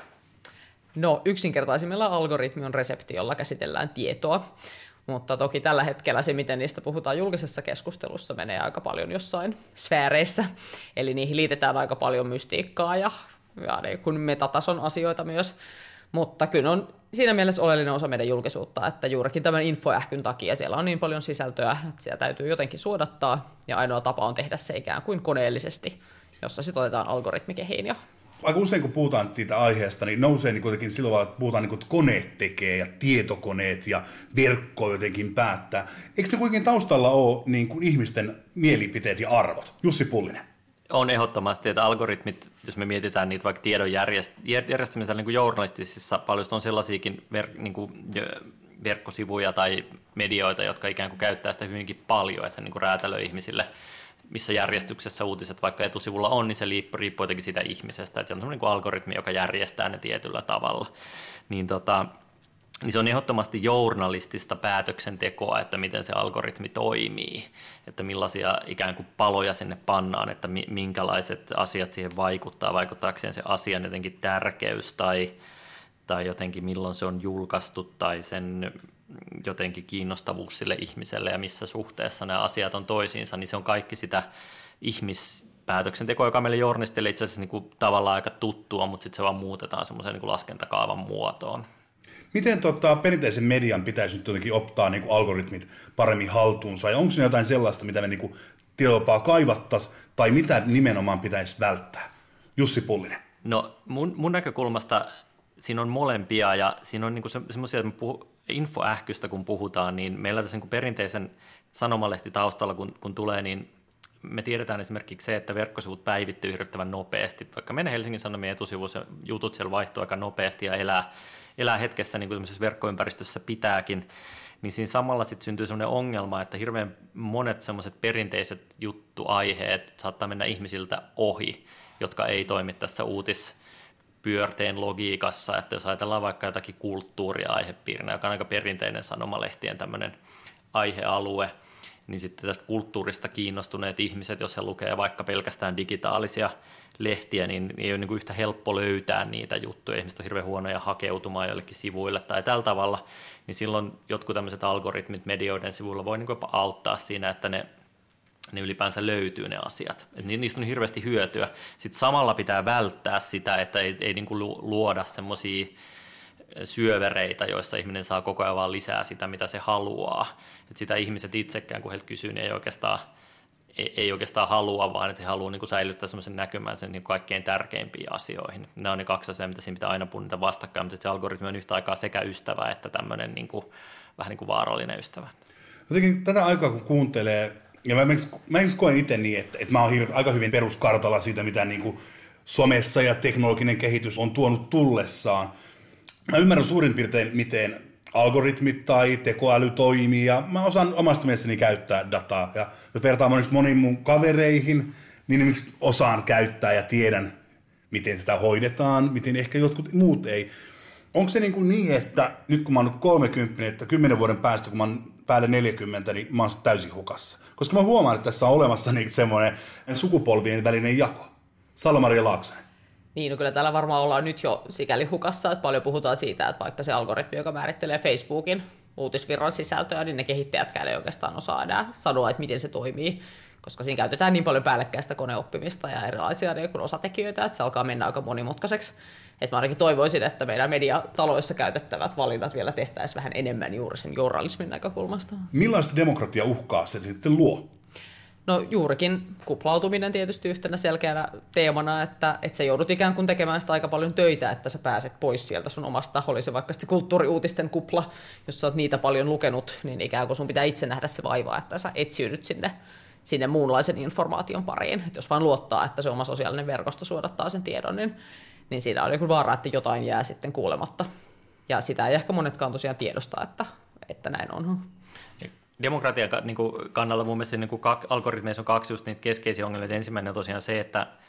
No yksinkertaisimmilla algoritmi on resepti, jolla käsitellään tietoa. Mutta toki tällä hetkellä se, miten niistä puhutaan julkisessa keskustelussa, menee aika paljon jossain sfääreissä. Eli niihin liitetään aika paljon mystiikkaa ja, ja niin kuin metatason asioita myös. Mutta kyllä on siinä mielessä oleellinen osa meidän julkisuutta, että juurikin tämän infoähkyn takia siellä on niin paljon sisältöä, että sitä täytyy jotenkin suodattaa. Ja ainoa tapa on tehdä se ikään kuin koneellisesti, jossa sitten otetaan algoritmikehiin ja aika usein, kun puhutaan siitä aiheesta, niin nousee niin kuitenkin silloin, että puhutaan, niin kuin, että koneet tekee ja tietokoneet ja verkko jotenkin päättää. Eikö se kuitenkin taustalla ole niin kuin ihmisten mielipiteet ja arvot? Jussi Pullinen. On ehdottomasti, että algoritmit, jos me mietitään niitä vaikka tiedon järjest- järjestämisellä niin kuin journalistisissa, paljon on sellaisiakin ver- niin kuin verkkosivuja tai medioita, jotka ikään kuin käyttää sitä hyvinkin paljon, että niin kuin räätälöi ihmisille, missä järjestyksessä uutiset vaikka etusivulla on, niin se riippuu jotenkin siitä ihmisestä, että on sellainen niin algoritmi, joka järjestää ne tietyllä tavalla. Niin, tota, niin se on ehdottomasti journalistista päätöksentekoa, että miten se algoritmi toimii, että millaisia ikään kuin paloja sinne pannaan, että minkälaiset asiat siihen vaikuttaa, vaikuttaako siihen se asian jotenkin tärkeys tai, tai jotenkin milloin se on julkaistu tai sen jotenkin kiinnostavuus sille ihmiselle ja missä suhteessa nämä asiat on toisiinsa, niin se on kaikki sitä ihmispäätöksentekoa, joka meille journalistille itse asiassa niin kuin tavallaan aika tuttua, mutta sitten se vaan muutetaan semmoisen niin kuin laskentakaavan muotoon. Miten tota, perinteisen median pitäisi nyt jotenkin ottaa niin kuin algoritmit paremmin haltuunsa, ja onko siinä jotain sellaista, mitä me niin kuin tietopaa kaivattaisiin, tai mitä nimenomaan pitäisi välttää? Jussi Pullinen. No mun, mun näkökulmasta siinä on molempia, ja siinä on niin kuin se, semmoisia, että me puhu, infoähkystä kun puhutaan, niin meillä tässä niin kuin perinteisen sanomalehti taustalla kun, kun tulee, niin me tiedetään esimerkiksi se, että verkkosivut päivittyy hirvittävän nopeasti. Vaikka menee Helsingin Sanomien etusivussa, jutut siellä vaihtuu aika nopeasti ja elää, elää hetkessä niin kuin verkkoympäristössä pitääkin, niin siinä samalla sitten syntyy sellainen ongelma, että hirveän monet sellaiset perinteiset juttuaiheet saattaa mennä ihmisiltä ohi, jotka ei toimi tässä uutis pyörteen logiikassa, että jos ajatellaan vaikka jotakin kulttuuria aihepiirinä, joka on aika perinteinen sanomalehtien tämmöinen aihealue, niin sitten tästä kulttuurista kiinnostuneet ihmiset, jos he lukee vaikka pelkästään digitaalisia lehtiä, niin ei ole niin kuin yhtä helppo löytää niitä juttuja. Ihmiset on hirveän huonoja hakeutumaan jollekin sivuille tai tällä tavalla, niin silloin jotkut tämmöiset algoritmit medioiden sivuilla voi niin kuin jopa auttaa siinä, että ne ne ylipäänsä löytyy ne asiat. Et niistä on hirveästi hyötyä. Sitten samalla pitää välttää sitä, että ei, ei niin kuin luoda semmoisia syövereitä, joissa ihminen saa koko ajan vaan lisää sitä, mitä se haluaa. Et sitä ihmiset itsekään, kun heiltä kysyy, niin ei oikeastaan, ei, ei oikeastaan halua, vaan että he haluaa niin kuin säilyttää semmoisen näkymän sen niin kaikkein tärkeimpiin asioihin. Nämä on ne kaksi asiaa, mitä siinä pitää aina punnita vastakkain, mutta se algoritmi on yhtä aikaa sekä ystävä että tämmöinen niin kuin, vähän niin kuin vaarallinen ystävä. Jotenkin tätä aikaa, kun kuuntelee, ja mä esimerkiksi koen itse niin, että, että mä oon hirve, aika hyvin peruskartalla siitä, mitä niin kuin somessa ja teknologinen kehitys on tuonut tullessaan. Mä ymmärrän suurin piirtein, miten algoritmit tai tekoäly toimii, ja mä osaan omasta mielestäni käyttää dataa. Ja jos vertaan moniksi moniin mun kavereihin, niin miksi osaan käyttää ja tiedän, miten sitä hoidetaan, miten ehkä jotkut muut ei. Onko se niin, kuin niin, että nyt kun mä oon nyt kolmekymmentä, että kymmenen vuoden päästä, kun mä oon päälle neljäkymmentä, niin mä oon täysin hukassa? Koska mä huomaan, että tässä on olemassa niin semmoinen sukupolvien välinen jako. Salla-Maria Laaksonen. Niin, no kyllä täällä varmaan ollaan nyt jo sikäli hukassa, että paljon puhutaan siitä, että vaikka se algoritmi, joka määrittelee Facebookin uutisvirran sisältöä, niin ne kehittäjätkään ei oikeastaan osaa enää sanoa, että miten se toimii, koska siinä käytetään niin paljon päällekkäistä koneoppimista ja erilaisia niin kuin osatekijöitä, että se alkaa mennä aika monimutkaiseksi. Että mä ainakin toivoisin, että meidän mediataloissa käytettävät valinnat vielä tehtäisiin vähän enemmän juuri sen journalismin näkökulmasta. Millaista demokratia uhkaa se sitten luo? No juurikin kuplautuminen tietysti yhtenä selkeänä teemana, että, että sä joudut ikään kuin tekemään sitä aika paljon töitä, että sä pääset pois sieltä sun omasta, oli se vaikka se kulttuuriuutisten kupla, jos sä oot niitä paljon lukenut, niin ikään kuin sun pitää itse nähdä se vaiva, että sä etsiydyt sinne, sinne muunlaisen informaation pariin. Että jos vain luottaa, että se oma sosiaalinen verkosto suodattaa sen tiedon, niin, niin siinä on joku vaara, että jotain jää sitten kuulematta. Ja sitä ei ehkä monetkaan tosiaan tiedosta, että, että näin on. Demokratian niin kannalta mun mielestä niin algoritmeissa on kaksi just niitä keskeisiä ongelmia. Ensimmäinen on tosiaan se, että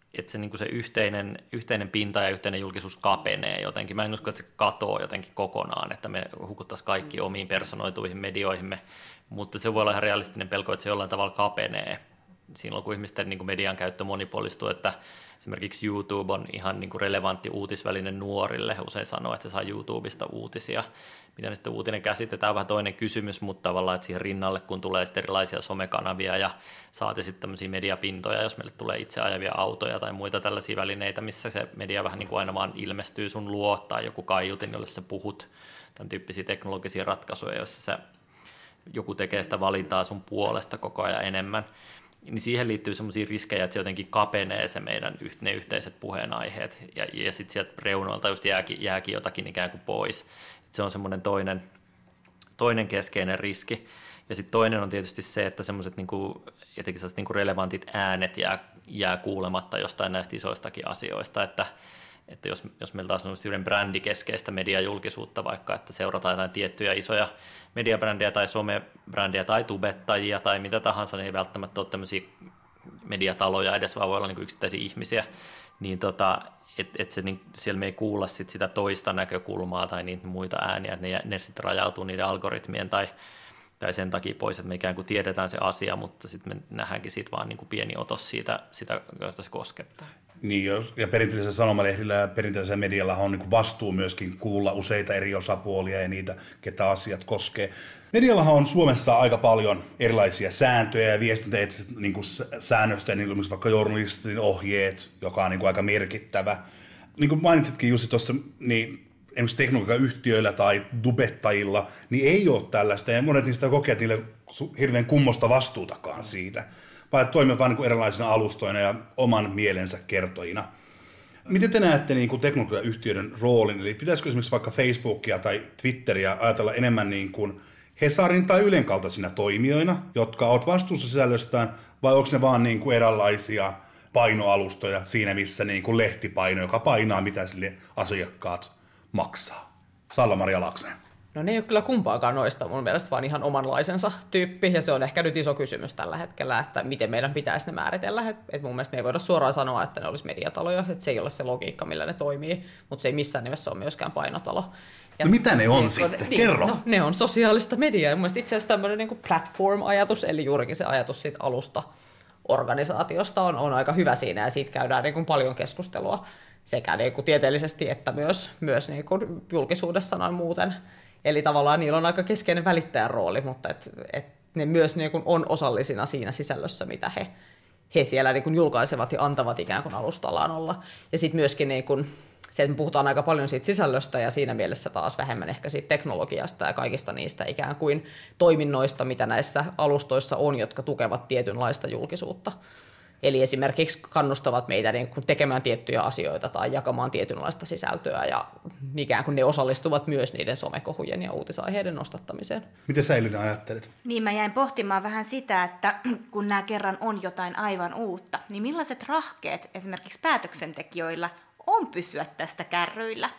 että se, niin kuin se yhteinen, yhteinen pinta ja yhteinen julkisuus kapenee jotenkin. Mä en usko, että se katoo jotenkin kokonaan, että me hukuttaisiin kaikki omiin personoituihin medioihimme, mutta se voi olla ihan realistinen pelko, että se jollain tavalla kapenee. Silloin kun ihmisten niin kuin median käyttö monipuolistuu, että esimerkiksi YouTube on ihan niin kuin relevantti uutisväline nuorille. He usein sanoo, että se saa YouTubesta uutisia. Miten sitten uutinen käsitetään, vähän toinen kysymys, mutta tavallaan, että siihen rinnalle, kun tulee sitten erilaisia somekanavia ja saati sitten tämmöisiä mediapintoja, jos meille tulee itse ajavia autoja tai muita tällaisia välineitä, missä se media vähän niin kuin aina vaan ilmestyy sun luo tai joku kaiutin, jolle sä puhut, tämän tyyppisiä teknologisia ratkaisuja, joissa sä, joku tekee sitä valintaa sun puolesta koko ajan enemmän, niin siihen liittyy semmoisia riskejä, että se jotenkin kapenee se meidän ne yhteiset puheenaiheet, ja, ja sitten sieltä reunoilta just jääkin, jääkin jotakin ikään kuin pois. Et se on semmoinen toinen, toinen keskeinen riski. Ja sitten toinen on tietysti se, että semmoiset niinku, jotenkin sellaiset niinku relevantit äänet jää, jää kuulematta jostain näistä isoistakin asioista, että Että jos, jos meillä taas on yhden brändikeskeistä mediajulkisuutta, vaikka että seurataan jotain tiettyjä isoja mediabrändejä tai somebrändejä tai tubettajia tai mitä tahansa, niin ei välttämättä ole tämmöisiä mediataloja edes, vaan voi olla niin yksittäisiä ihmisiä, niin tota, että et se, niin, siellä me ei kuulla sit sitä toista näkökulmaa tai niitä muita ääniä, että ne, ne sitten rajautuu niiden algoritmien tai, tai sen takia pois, että me ikään kuin tiedetään se asia, mutta sitten me nähdäänkin siitä vaan niin kuin pieni otos siitä, sitä, josta se koskettaa. Niin, ja perinteisellä sanomalehdillä ja perinteisellä medialla on niin vastuu myöskin kuulla useita eri osapuolia ja niitä, ketä asiat koskee. Mediallahan on Suomessa aika paljon erilaisia sääntöjä ja viestintäeettiset niin säännöstä, niin kuin vaikka journalistin ohjeet, joka on niin kuin aika merkittävä. Niin kuin mainitsitkin Jussi tuossa, niin esimerkiksi teknologiayhtiöillä tai tubettajilla, niin ei ole tällaista, ja monet niistä kokee, että niille hirveän kummosta vastuutakaan siitä, vaan että toimivat vain niin erilaisina alustoina ja oman mielensä kertojina. Miten te näette niin kuin teknologiayhtiöiden roolin? Eli pitäisikö esimerkiksi vaikka Facebookia tai Twitteriä ajatella enemmän niin kuin Hesarin tai Ylen kaltaisina toimijoina, jotka ovat vastuussa sisällöstään, vai onko ne vaan niin kuin erilaisia painoalustoja siinä, missä niin kuin lehtipaino, joka painaa, mitä sille asiakkaat maksaa? Salla-Maria Laaksonen. No ne ei ole kyllä kumpaakaan noista mun mielestä, vaan ihan omanlaisensa tyyppi, ja se on ehkä nyt iso kysymys tällä hetkellä, että miten meidän pitäisi ne määritellä. Et mun mielestä me ei voida suoraan sanoa, että ne olisi mediataloja, että se ei ole se logiikka, millä ne toimii, mutta se ei missään nimessä ole myöskään painotalo. Ja no mitä ne on ne, sitten? Niin, Kerro! No, ne on sosiaalista mediaa, ja mun mielestä itse asiassa tämmöinen niin kuin platform-ajatus, eli juurikin se ajatus siitä alusta organisaatiosta on, on aika hyvä siinä, ja siitä käydään niin kuin paljon keskustelua sekä niin kuin tieteellisesti että myös, myös niin kuin julkisuudessa noin muuten. Eli tavallaan niillä on aika keskeinen välittäjän rooli, mutta et, et ne myös niin kuin on osallisina siinä sisällössä, mitä he, he siellä niin kuin julkaisevat ja antavat ikään kuin alustallaan olla. Ja sitten myöskin niin kuin, se, että puhutaan aika paljon siitä sisällöstä ja siinä mielessä taas vähemmän ehkä siitä teknologiasta ja kaikista niistä ikään kuin toiminnoista, mitä näissä alustoissa on, jotka tukevat tietynlaista julkisuutta. Eli esimerkiksi kannustavat meitä niin kuin tekemään tiettyjä asioita tai jakamaan tietynlaista sisältöä, ja ikään kuin ne osallistuvat myös niiden somekohujen ja uutisaiheiden nostattamiseen. Miten sä, Elina, ajattelet? Niin, mä jäin pohtimaan vähän sitä, että kun nämä kerran on jotain aivan uutta, niin millaiset rahkeet esimerkiksi päätöksentekijöillä on pysyä tästä kärryillä?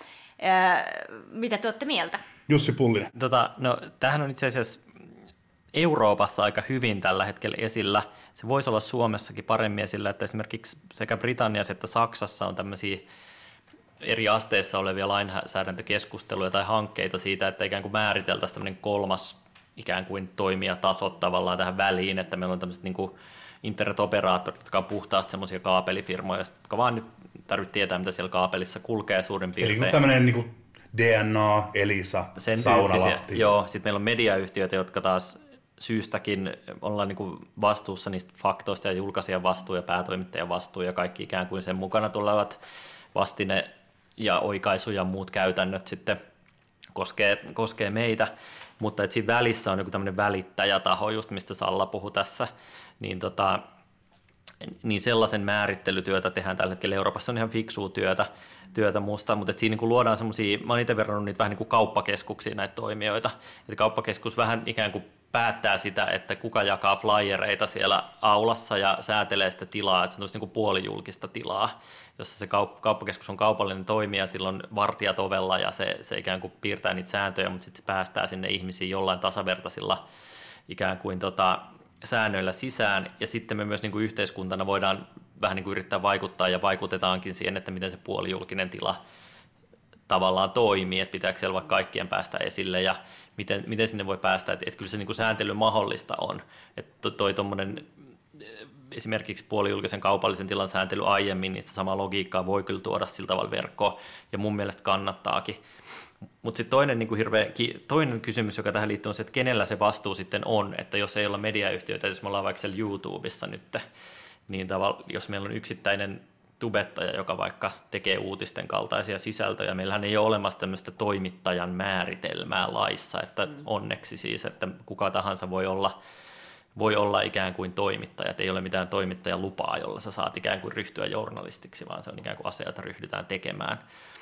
Öö, mitä te olette mieltä? Jussi Pullinen. Tota, no, tämähän on itse asiassa Euroopassa aika hyvin tällä hetkellä esillä. Se voisi olla Suomessakin paremmin esillä, että esimerkiksi sekä Britanniassa että Saksassa on tämmöisiä eri asteissa olevia lainsäädäntökeskusteluja tai hankkeita siitä, että ikään kuin määriteltäisiin tämmöinen kolmas ikään kuin toimijatasot tavallaan tähän väliin, että meillä on tämmöiset niin kuin internet-operaattorit, jotka on puhtaasti semmoisia kaapelifirmoja, jotka vaan nyt tarvitsee tietää, mitä siellä kaapelissa kulkee suurin piirtein. Eli tämmöinen niin kuin D N A, Elisa, sen Saunalahti. Joo, sitten meillä on mediayhtiöitä, jotka taas syystäkin ollaan niin kuin vastuussa niistä faktoista ja julkaisijan vastuu ja päätoimittajan vastuu ja kaikki ikään kuin sen mukana tulevat vastine ja oikaisu ja muut käytännöt sitten koskee, koskee meitä, mutta että siinä välissä on joku tämmöinen välittäjätaho, just mistä Salla puhui tässä, niin, tota, niin sellaisen määrittelytyötä tehdään tällä hetkellä Euroopassa, on ihan fiksua työtä, työtä musta, mutta siinä niin luodaan semmoisia, mä oon itse verrannut niitä vähän niin kuin kauppakeskuksiin näitä toimijoita, että kauppakeskus vähän ikään kuin päättää sitä, että kuka jakaa flyereita siellä aulassa ja säätelee sitä tilaa, että se on niin kuin puolijulkista tilaa, jossa se kauppakeskus on kaupallinen toimija, silloin vartijat ovella ja se, se ikään kuin piirtää niitä sääntöjä, mutta sitten se päästää sinne ihmisiin jollain tasavertaisilla ikään kuin tota, säännöillä sisään, ja sitten me myös niin kuin yhteiskuntana voidaan vähän niin kuin yrittää vaikuttaa ja vaikutetaankin siihen, että miten se puolijulkinen tila tavallaan toimii, että pitääkö siellä vaikka kaikkien päästä esille ja miten, miten sinne voi päästä, että, että kyllä se niin kuin sääntely mahdollista on, että toi tuommoinen esimerkiksi puolijulkisen kaupallisen tilan sääntely aiemmin, niin sitä samaa logiikkaa voi kyllä tuoda sillä tavalla verkkoon, ja mun mielestä kannattaakin. Mutta sitten toinen, niin kuin hirveä, toinen kysymys, joka tähän liittyy, on se, että kenellä se vastuu sitten on, että jos ei olla mediayhtiöitä, jos me ollaan vaikka siellä YouTubessa nyt, niin tavalla, jos meillä on yksittäinen tubettaja, joka vaikka tekee uutisten kaltaisia sisältöjä, meillähän ei ole olemassa tämmöistä toimittajan määritelmää laissa, että onneksi siis, että kuka tahansa voi olla voi olla ikään kuin toimittajat, ei ole mitään toimittajalupaa, jolla sä saat ikään kuin ryhtyä journalistiksi, vaan se on ikään kuin asia, jota ryhdytään tekemään.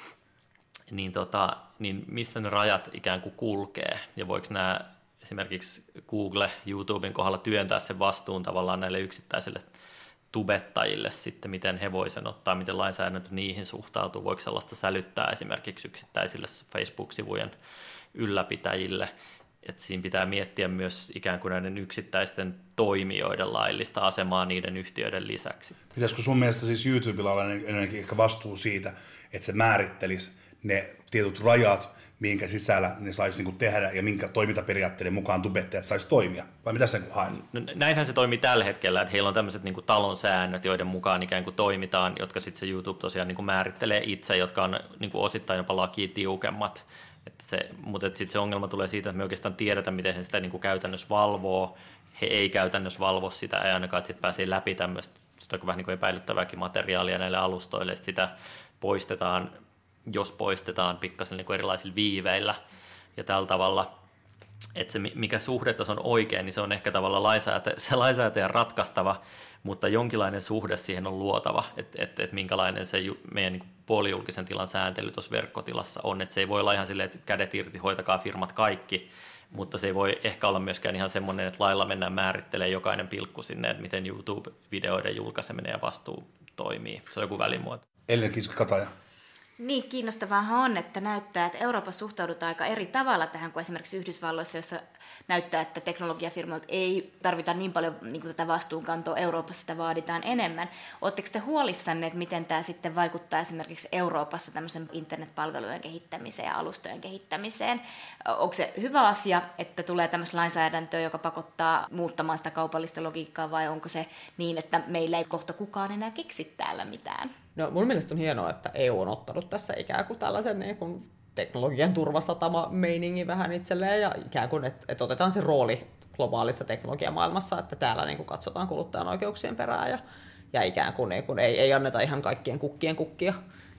Niin, tota, niin missä ne rajat ikään kuin kulkee, ja voiko nämä esimerkiksi Google, YouTuben kohdalla työntää sen vastuun tavallaan näille yksittäisille tubettajille sitten, miten he voi sen ottaa, miten lainsäädäntö niihin suhtautuu, voiko sellaista sälyttää esimerkiksi yksittäisille Facebook-sivujen ylläpitäjille. Että siinä pitää miettiä myös ikään kuin näiden yksittäisten toimijoiden laillista asemaa niiden yhtiöiden lisäksi. Pitäisikö sun mielestä siis YouTubella olla ennenkin ehkä vastuu siitä, että se määrittelisi ne tietyt rajat, minkä sisällä ne saisi niinku tehdä ja minkä toimintaperiaatteiden mukaan tubettajat saisi toimia? Vai mitä sen haet? No, näinhän se toimii tällä hetkellä, että heillä on tämmöiset niinku talon säännöt, joiden mukaan ikään kuin toimitaan, jotka sitten se YouTube tosiaan niinku määrittelee itse, jotka on niinku osittain jopa lakia tiukemmat. Että se, mutta sitten se ongelma tulee siitä, että me oikeastaan tiedetään, miten he sitä niin kuin käytännössä valvoo. He ei käytännössä valvo sitä, ei ainakaan, että sitten pääsee läpi tämmöistä sitä vähän niin kuin epäilyttävääkin materiaalia näille alustoille. Sitten sitä poistetaan, jos poistetaan pikkasen niin kuin erilaisilla viiveillä ja tällä tavalla. Että se, mikä suhde tässä on oikein, niin se on ehkä tavallaan lainsäätä, se lainsäätäjän ratkaistava, mutta jonkinlainen suhde siihen on luotava, että et, et minkälainen se ju, meidän niin kuin puolijulkisen tilan sääntely tuossa verkkotilassa on. Että se ei voi olla ihan silleen, että kädet irti, hoitakaa firmat kaikki, mutta se ei voi ehkä olla myöskään ihan semmoinen, että lailla mennään määrittelemään jokainen pilkku sinne, että miten YouTube-videoiden julkaiseminen ja vastuu toimii. Se on joku välimuoto. Elina Kiiski-Kataja. Niin, kiinnostavaahan on, että näyttää, että Euroopassa suhtaudutaan aika eri tavalla tähän kuin esimerkiksi Yhdysvalloissa, jossa näyttää, että teknologiafirmoilta ei tarvita niin paljon niin kuin tätä vastuunkantoa, Euroopassa sitä vaaditaan enemmän. Oletteko te huolissanne, että miten tämä sitten vaikuttaa esimerkiksi Euroopassa tämmöisen internetpalvelujen kehittämiseen ja alustojen kehittämiseen? Onko se hyvä asia, että tulee tämmöistä lainsäädäntöä, joka pakottaa muuttamaan sitä kaupallista logiikkaa, vai onko se niin, että meillä ei kohta kukaan enää keksi täällä mitään? No, mun mielestä on hienoa, että E U on ottanut tässä ikään kuin tällaisen niin kuin teknologian turvasatama meiningin vähän itselleen ja ikään kuin, että, että otetaan se rooli globaalissa teknologiamaailmassa, että täällä niin kuin katsotaan kuluttajan oikeuksien perään ja, ja ikään kuin, niin kuin ei, ei anneta ihan kaikkien kukkien kukkia.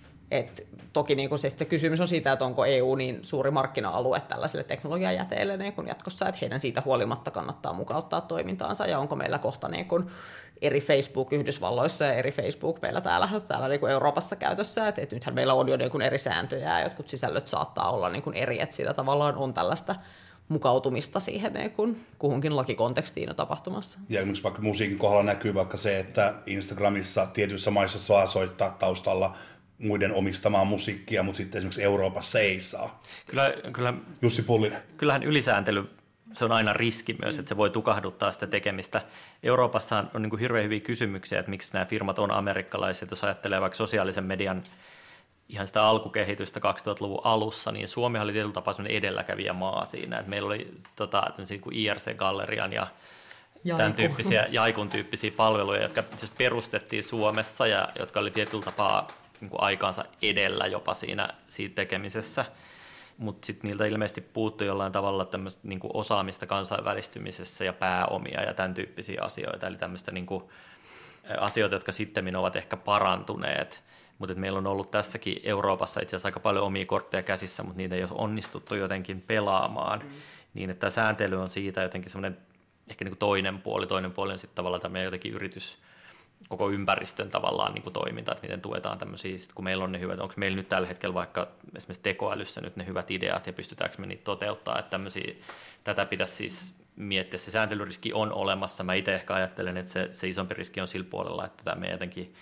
Et toki niin kuin se, se kysymys on siitä, että onko E U niin suuri markkina-alue tällaisille teknologiajäteille niin kuin jatkossa, että heidän siitä huolimatta kannattaa mukauttaa toimintaansa ja onko meillä kohta niin kuin eri Facebook Yhdysvalloissa ja eri Facebook meillä täällä, täällä niin kuin Euroopassa käytössä, että, että nythän meillä on jo niin kuin eri sääntöjä ja jotkut sisällöt saattaa olla niin kuin eri, että siinä tavallaan on tällaista mukautumista siihen niin kuin kuhunkin lakikontekstiin on tapahtumassa. Ja esimerkiksi vaikka musiikin kohdalla näkyy vaikka se, että Instagramissa tietyissä maissa saa soittaa taustalla muiden omistamaa musiikkia, mutta sitten esimerkiksi Euroopassa ei saa. Kyllä, kyllä, Jussi Pullinen. Kyllähän ylisääntely, se on aina riski myös, että se voi tukahduttaa sitä tekemistä. Euroopassa on niin kuin hirveän hyviä kysymyksiä, että miksi nämä firmat on amerikkalaisia. Jos ajattelee vaikka sosiaalisen median ihan sitä alkukehitystä kaksituhattaluvun alussa, niin Suomi oli tietyllä tapaa sellainen edelläkävijä maa siinä. Että meillä oli tota, kuin I R C-gallerian ja Jaiku. Tämän tyyppisiä, Jaikun tyyppisiä palveluja, jotka siis perustettiin Suomessa ja jotka oli tietyllä tapaa niin kuin aikaansa edellä jopa siinä, siinä tekemisessä. Mutta sitten niiltä ilmeisesti puuttui jollain tavalla tämmöistä niin kuin osaamista kansainvälistymisessä ja pääomia ja tämän tyyppisiä asioita. Eli tämmöistä niin kuin asioita, jotka sitten ovat ehkä parantuneet. Mutta meillä on ollut tässäkin Euroopassa itse asiassa aika paljon omia kortteja käsissä, mutta niitä ei ole onnistuttu jotenkin pelaamaan. Mm. Niin että tämä sääntely on siitä jotenkin semmoinen ehkä niin kuin toinen puoli. Toinen puoli on sitten tavallaan tämä jotenkin yritys, koko ympäristön tavallaan niin kuin toiminta, että miten tuetaan tämmöisiä, sit kun meillä on ne hyvät, onko meillä nyt tällä hetkellä vaikka esimerkiksi tekoälyssä nyt ne hyvät ideat ja pystytäänkö me niitä toteuttaa, että tämmöisiä, tätä pitäisi siis miettiä, se sääntelyriski on olemassa, mä itse ehkä ajattelen, että se, se isompi riski on sillä puolella, että tämä meidän jotenkin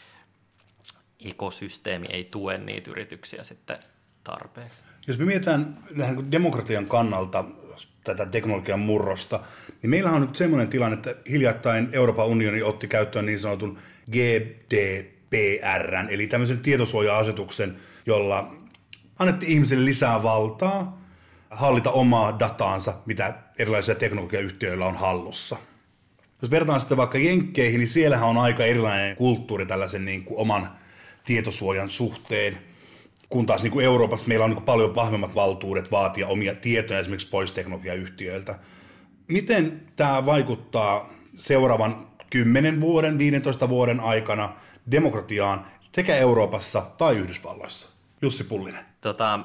ekosysteemi ei tue niitä yrityksiä sitten tarpeeksi. Jos me mietitään demokratian kannalta tätä teknologian murrosta, niin meillähän on nyt semmoinen tilanne, että hiljattain Euroopan unioni otti käyttöön niin sanotun G D P R:n, eli tämmöisen tietosuoja-asetuksen, jolla annettiin ihmisille lisää valtaa hallita omaa dataansa, mitä erilaisilla teknologiayhtiöillä on hallussa. Jos vertaan sitten vaikka Jenkkeihin, niin siellähän on aika erilainen kulttuuri tällaisen niin kuin oman tietosuojan suhteen, kun taas niin kuin Euroopassa meillä on niin kuin paljon vahvemmat valtuudet vaatia omia tietoja esimerkiksi pois teknologiayhtiöiltä. Miten tämä vaikuttaa seuraavan kymmenen vuoden, viidentoista vuoden aikana demokratiaan sekä Euroopassa tai Yhdysvalloissa? Jussi Pullinen. Tota,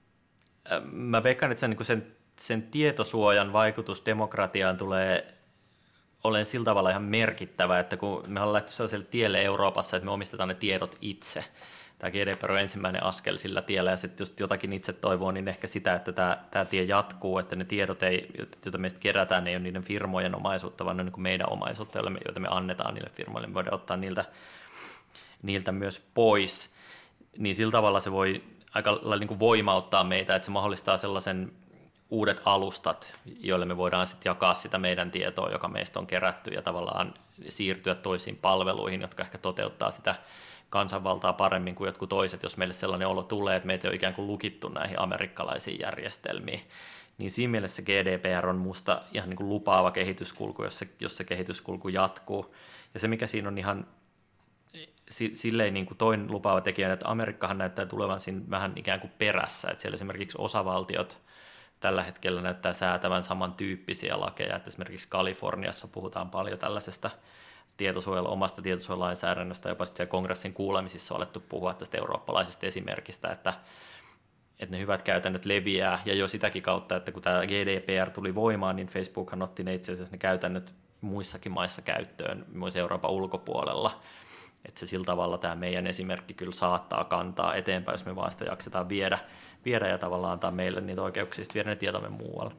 mä veikkaan, että sen, sen, sen tietosuojan vaikutus demokratiaan tulee olen sillä tavalla ihan merkittävä, että kun me ollaan lähty sellaiselle tielle Euroopassa, että me omistetaan ne tiedot itse. Tämä G D P R on ensimmäinen askel sillä tiellä, ja sitten jos jotakin itse toivoo, niin ehkä sitä, että tämä, tämä tie jatkuu, että ne tiedot, ei, joita meistä kerätään, ne ei ole niiden firmojen omaisuutta, vaan ne on niin kuin meidän omaisuutta, joita me annetaan niille firmoille. Me voidaan ottaa niiltä, niiltä myös pois. Niin sillä tavalla se voi aika lailla niin kuin voimauttaa meitä, että se mahdollistaa sellaisen uudet alustat, joille me voidaan sitten jakaa sitä meidän tietoa, joka meistä on kerätty, ja tavallaan siirtyä toisiin palveluihin, jotka ehkä toteuttaa sitä kansanvaltaa paremmin kuin jotkut toiset, jos meille sellainen olo tulee, että meitä on ikään kuin lukittu näihin amerikkalaisiin järjestelmiin. Niin siinä mielessä G D P R on musta ihan niin kuin lupaava kehityskulku, jos se, jos se kehityskulku jatkuu. Ja se, mikä siinä on ihan silleen niin kuin toinen lupaava tekijä, että Amerikkahan näyttää tulevan siinä vähän ikään kuin perässä, että siellä esimerkiksi osavaltiot tällä hetkellä näyttää säätävän samantyyppisiä lakeja, että esimerkiksi Kaliforniassa puhutaan paljon tällaisesta tietosuojelu, omasta tietosuojalainsäädännöstä, jopa sitten siellä kongressin kuulemisissa on alettu puhua tästä eurooppalaisesta esimerkistä, että, että ne hyvät käytännöt leviää, ja jo sitäkin kautta, että kun tämä G D P R tuli voimaan, niin Facebookhan otti ne itse asiassa ne käytännöt muissakin maissa käyttöön, myös Euroopan ulkopuolella, että se sillä tavalla tämä meidän esimerkki kyllä saattaa kantaa eteenpäin, jos me vaan sitä jaksetaan viedä, viedä ja tavallaan antaa meille niitä oikeuksia, viedä ne tietomme muualle.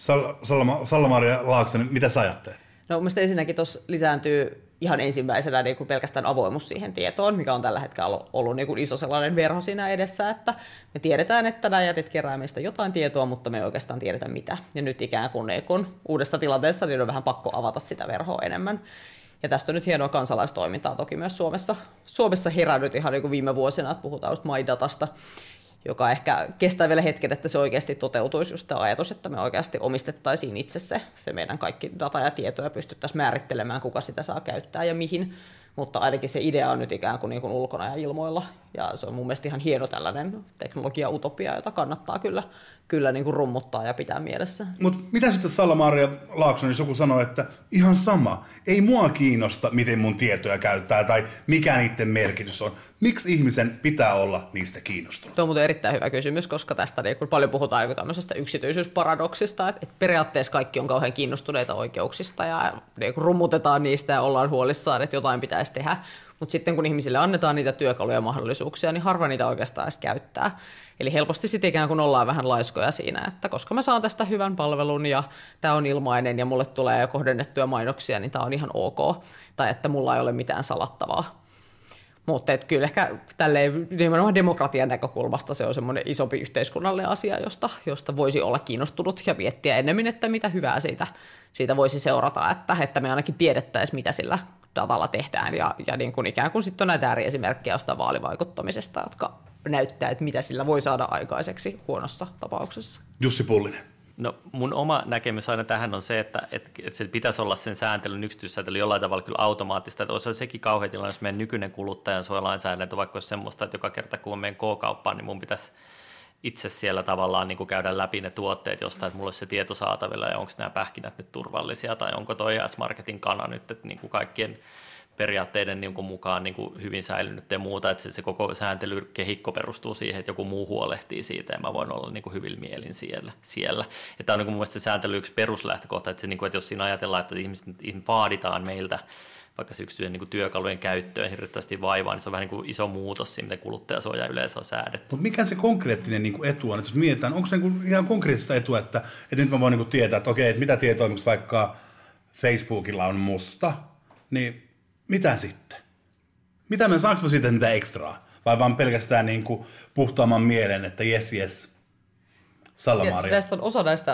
Salla-Maria Laaksonen, mitä sä ajattelet? No mielestäni ensinnäkin tuossa lisääntyy ihan ensimmäisenä niin kuin pelkästään avoimuus siihen tietoon, mikä on tällä hetkellä ollut niin kuin iso sellainen verho siinä edessä, että me tiedetään, että nämä jätit kerää meistä jotain tietoa, mutta me ei oikeastaan tiedetä mitä. Ja nyt ikään kuin, niin kuin uudessa tilanteessa niin on vähän pakko avata sitä verhoa enemmän. Ja tästä on nyt hienoa kansalaistoimintaa toki myös Suomessa, Suomessa herännyt ihan niin kuin viime vuosina, että puhutaan just MyDatasta, joka ehkä kestää vielä hetken, että se oikeasti toteutuisi just tämä ajatus, että me oikeasti omistettaisiin itse se, se meidän kaikki data ja tietoja pystyttäisiin määrittelemään, kuka sitä saa käyttää ja mihin. Mutta ainakin se idea on nyt ikään kuin, niin kuin ulkona ja ilmoilla, ja se on mun mielestä ihan hieno tällainen teknologia-utopia, jota kannattaa kyllä, kyllä niin kuin rummuttaa ja pitää mielessä. Mutta mitä sitten Salla-Maria Laaksonen, jos joku sanoo, että ihan sama, ei mua kiinnosta, miten mun tietoja käyttää tai mikä niiden merkitys on. Miksi ihmisen pitää olla niistä kiinnostunut? Tuo on muuten erittäin hyvä kysymys, koska tästä niin kun paljon puhutaan niin tämmöisestä yksityisyysparadoksista, että, että periaatteessa kaikki on kauhean kiinnostuneita oikeuksista ja niin kun rummutetaan niistä ja ollaan huolissaan, että jotain pitäisi tehdä. Mutta sitten kun ihmisille annetaan niitä työkaluja ja mahdollisuuksia, niin harva niitä oikeastaan edes käyttää. Eli helposti sitten ikään kuin ollaan vähän laiskoja siinä, että koska mä saan tästä hyvän palvelun ja tämä on ilmainen ja mulle tulee kohdennettuja mainoksia, niin tämä on ihan ok. Tai että mulla ei ole mitään salattavaa. Mutta kyllä ehkä tälleen nimenomaan demokratian näkökulmasta se on semmoinen isompi yhteiskunnallinen asia, josta, josta voisi olla kiinnostunut ja miettiä enemmän, että mitä hyvää siitä, siitä voisi seurata, että, että me ainakin tiedettäisiin, mitä sillä datalla tehdään. Ja, ja niin kuin ikään kuin sitten on näitä ääriesimerkkejä jostain vaalivaikuttamisesta, jotka näyttää, että mitä sillä voi saada aikaiseksi huonossa tapauksessa. Jussi Pullinen. No mun oma näkemys aina tähän on se, että, että, että se pitäisi olla sen sääntelyn yksityissääntely jollain tavalla kyllä automaattista, että olisi sekin kauhean tilanne, jos meidän nykyinen kuluttajansuojalainsäädäntö, vaikka olisi semmoista, että joka kerta kun menen K-kauppaan, niin mun pitäisi itse siellä tavallaan niin kuin käydä läpi ne tuotteet jostain, että mulla olisi se tieto saatavilla ja onko nämä pähkinät nyt turvallisia tai onko toi S-Marketin kana nyt, että niin kuin kaikkien periaatteiden niin kuin mukaan niin kuin hyvin säilynyt ja muuta, että se, se koko sääntelykehikko perustuu siihen, että joku muu huolehtii siitä ja mä voin olla niin kuin hyvin mielin siellä. siellä. Ja tämä on niin kuin mun mielestä se sääntely yksi peruslähtökohta, että, se, niin kuin, että jos siinä ajatellaan, että ihmiset, ihmiset vaaditaan meiltä vaikka se yksityisen niin kuin työkalujen käyttöön hirveästi vaivaa, niin se on vähän niin kuin iso muutos siinä, mitä kuluttajasuoja yleensä on säädetty. Mutta mikä se konkreettinen niin kuin etu on? Että jos mietitään, onko se niin kuin ihan konkreettista etua, että, että nyt mä voin niin kuin tietää, että okei, että mitä tietoa vaikka Facebookilla on musta, niin mitä sitten? Mitä me saanko siitä mitä ekstraa? Vai vaan pelkästään niin kuin puhtaamman mielen, että jes jes, Salla-Maria? Tästä on osa näistä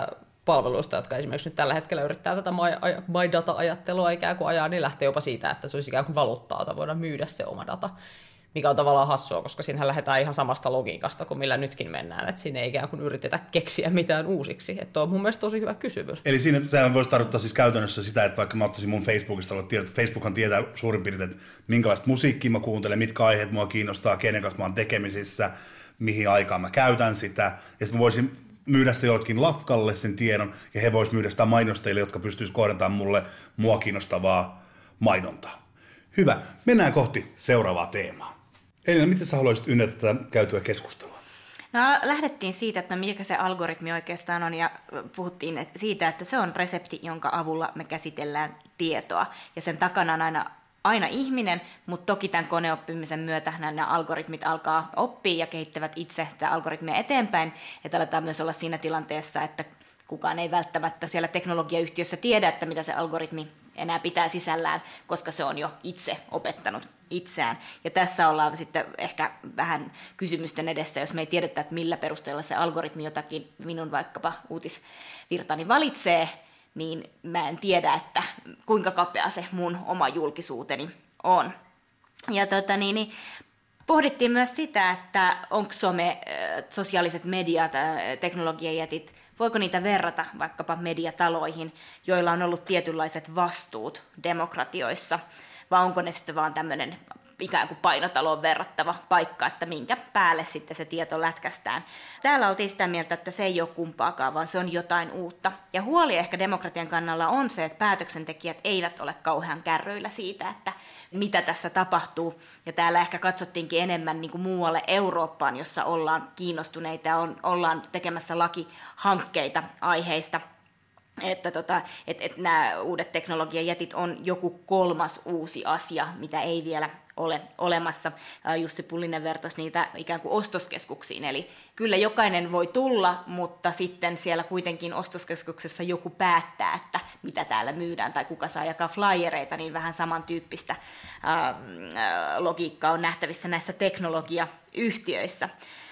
palveluista, jotka esimerkiksi nyt tällä hetkellä yrittää tätä my, my data-ajattelua ikään kuin ajaa, niin lähtee jopa siitä, että se olisi ikään kuin valuuttaa, jota voidaan myydä se oma data, mikä on tavallaan hassua, koska siinähän lähdetään ihan samasta logiikasta kuin millä nytkin mennään, että siinä ei ikään kuin yritetä keksiä mitään uusiksi. Että on mun mielestä tosi hyvä kysymys. Eli siinä sehän voisi tarkoittaa siis käytännössä sitä, että vaikka mä ottaisin mun Facebookista olla tiedot, Facebookhan tietää suurin piirtein, että minkälaista musiikkia mä kuuntelen, mitkä aiheet mua kiinnostaa, kenen kanssa mä oon tekemisissä, mihin aikaan mä käytän sitä, ja sitten mä voisin myydä se jollekin lafkalle sen tiedon, ja he vois myydä sitä mainostajille, jotka pystyisivät kohdentamaan mulle mua kiinnostavaa mainontaa. Hyvä, mennään kohti seuraavaa teemaa. Elina, miten sä haluaisit ynnätä tätä käytyä keskustelua? No lähdettiin siitä, että no, mikä se algoritmi oikeastaan on, ja puhuttiin siitä, että se on resepti, jonka avulla me käsitellään tietoa, ja sen takana on aina aina ihminen, mutta toki tämän koneoppimisen myötä nämä algoritmit alkaa oppia ja kehittävät itse tätä algoritmia eteenpäin, että aletaan myös olla siinä tilanteessa, että kukaan ei välttämättä siellä teknologiayhtiössä tiedä, että mitä se algoritmi enää pitää sisällään, koska se on jo itse opettanut itseään. Ja tässä ollaan sitten ehkä vähän kysymysten edessä, jos me ei tiedetä, että millä perusteella se algoritmi jotakin minun vaikkapa uutisvirtani valitsee, niin mä en tiedä, että kuinka kapea se mun oma julkisuuteni on. Ja tota, niin, niin, pohdittiin myös sitä, että onko some, sosiaaliset mediat, teknologiajätit, voiko niitä verrata vaikkapa mediataloihin, joilla on ollut tietynlaiset vastuut demokratioissa, vai onko ne sitten vaan tämmöinen ikään kuin painotaloon verrattava paikka, että minkä päälle sitten se tieto lätkästään. Täällä oltiin sitä mieltä, että se ei ole kumpaakaan, vaan se on jotain uutta. Ja huoli ehkä demokratian kannalla on se, että päätöksentekijät eivät ole kauhean kärryillä siitä, että mitä tässä tapahtuu. Ja täällä ehkä katsottiinkin enemmän niin kuin muualle Eurooppaan, jossa ollaan kiinnostuneita ja on, ollaan tekemässä lakihankkeita aiheista. Että tota, et, et nämä uudet teknologiajätit on joku kolmas uusi asia, mitä ei vielä ole olemassa. Jussi Pullinen vertasi niitä ikään kuin ostoskeskuksiin, eli kyllä jokainen voi tulla, mutta sitten siellä kuitenkin ostoskeskuksessa joku päättää, että mitä täällä myydään tai kuka saa jakaa flyereita, niin vähän samantyyppistä ää, logiikkaa on nähtävissä näissä teknologiayhtiöissä.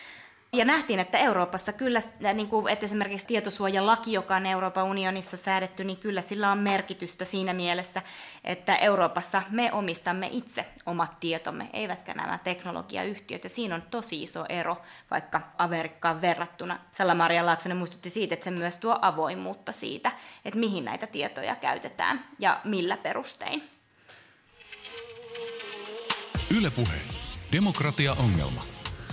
Ja nähtiin, että Euroopassa kyllä, niin kuin, että esimerkiksi tietosuojalaki, joka on Euroopan unionissa säädetty, niin kyllä sillä on merkitystä siinä mielessä, että Euroopassa me omistamme itse omat tietomme, eivätkä nämä teknologiayhtiöt. Ja siinä on tosi iso ero vaikka Amerikkaan verrattuna. Salla-Maria Laaksonen muistutti siitä, että se myös tuo avoimuutta siitä, että mihin näitä tietoja käytetään ja millä perustein. Yle Puhe. Demokratia-ongelma.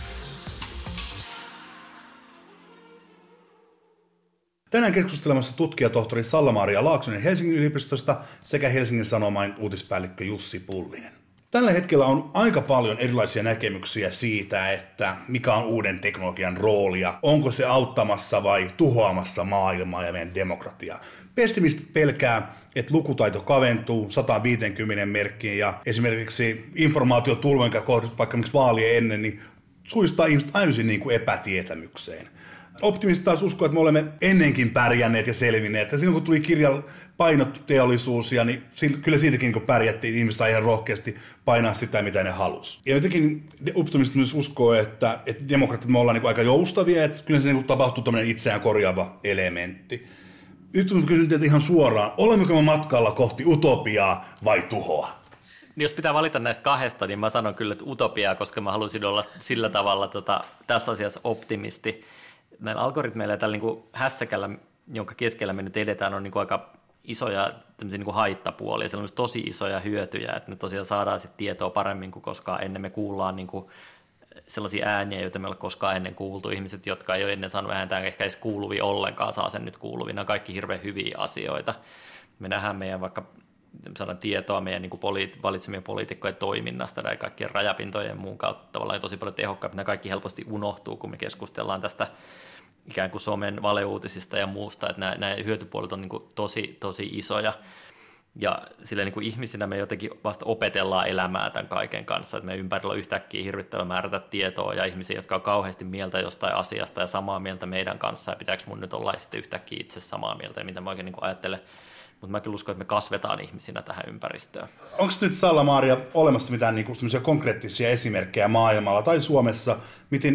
Tänään keskustelemassa tutkijatohtori Salla-Maria Laaksonen Helsingin yliopistosta sekä Helsingin Sanomain uutispäällikkö Jussi Pullinen. Tällä hetkellä on aika paljon erilaisia näkemyksiä siitä, että mikä on uuden teknologian rooli ja onko se auttamassa vai tuhoamassa maailmaa ja meidän demokratiaa. Pessimistit pelkää, että lukutaito kaventuu sata viisikymmentä merkkiin ja esimerkiksi informaatiotulva, joka kohdistuu vaikka vaalien ennen, niin suistaa ihmiset täysin niin kuin epätietämykseen. Optimistit taas uskoo, että me olemme ennenkin pärjänneet ja selvinneet. Ja silloin kun tuli kirjan painoteollisuus, ja niin kyllä siitäkin kun pärjättiin, ihmiset ihan rohkeasti painaa sitä, mitä ne halusi. Ja jotenkin optimistit myös uskoo, että, että demokratit me ollaan niin aika joustavia, että kyllä se niin tapahtuu tämmöinen itseään korjaava elementti. Nyt mä kysyn teiltä ihan suoraan, olemmeko me matkalla kohti utopiaa vai tuhoa? Jos pitää valita näistä kahdesta, niin mä sanon kyllä, että utopiaa, koska mä halusin olla sillä tavalla tota, tässä asiassa optimisti. Näillä algoritmeilla ja tällä niin kuin hässäkällä, jonka keskellä me nyt edetään, on niin kuin aika isoja niin kuin haittapuolia. Siellä on tosi isoja hyötyjä, että me tosiaan saadaan sit tietoa paremmin kuin koskaan ennen. Me kuullaan niin kuin sellaisia ääniä, joita me ei ole koskaan ennen kuultu. Ihmiset, jotka ei ole ennen saanut ääntään ehkä edes kuuluvia ollenkaan, saa sen nyt kuuluvia. Nämä on kaikki hirveän hyviä asioita. Me nähdään meidän vaikka saadaan tietoa meidän niin kuin poli- valitsemien poliitikkojen toiminnasta ja kaikkien rajapintojen ja muun kautta tavallaan tosi paljon tehokkaampi. Nämä kaikki helposti unohtuu, kun me keskustellaan tästä ikään kuin somen valeuutisista ja muusta, että nämä, nämä hyötypuolet on niin kuin tosi, tosi isoja. Ja sillä niin kuin ihmisinä me jotenkin vasta opetellaan elämää tämän kaiken kanssa, että me ympärillä on yhtäkkiä hirvittävä määrätä tietoa ja ihmisiä, jotka on kauheasti mieltä jostain asiasta ja samaa mieltä meidän kanssa, ja pitääkö mun nyt olla sitten yhtäkkiä itse samaa mieltä, ja mitä mä oikein niin kuin ajattelen. Mutta mä kyllä uskon, että me kasvetaan ihmisinä tähän ympäristöön. Onko nyt, Salla-Maria, olemassa mitään niinku konkreettisia esimerkkejä maailmalla tai Suomessa, miten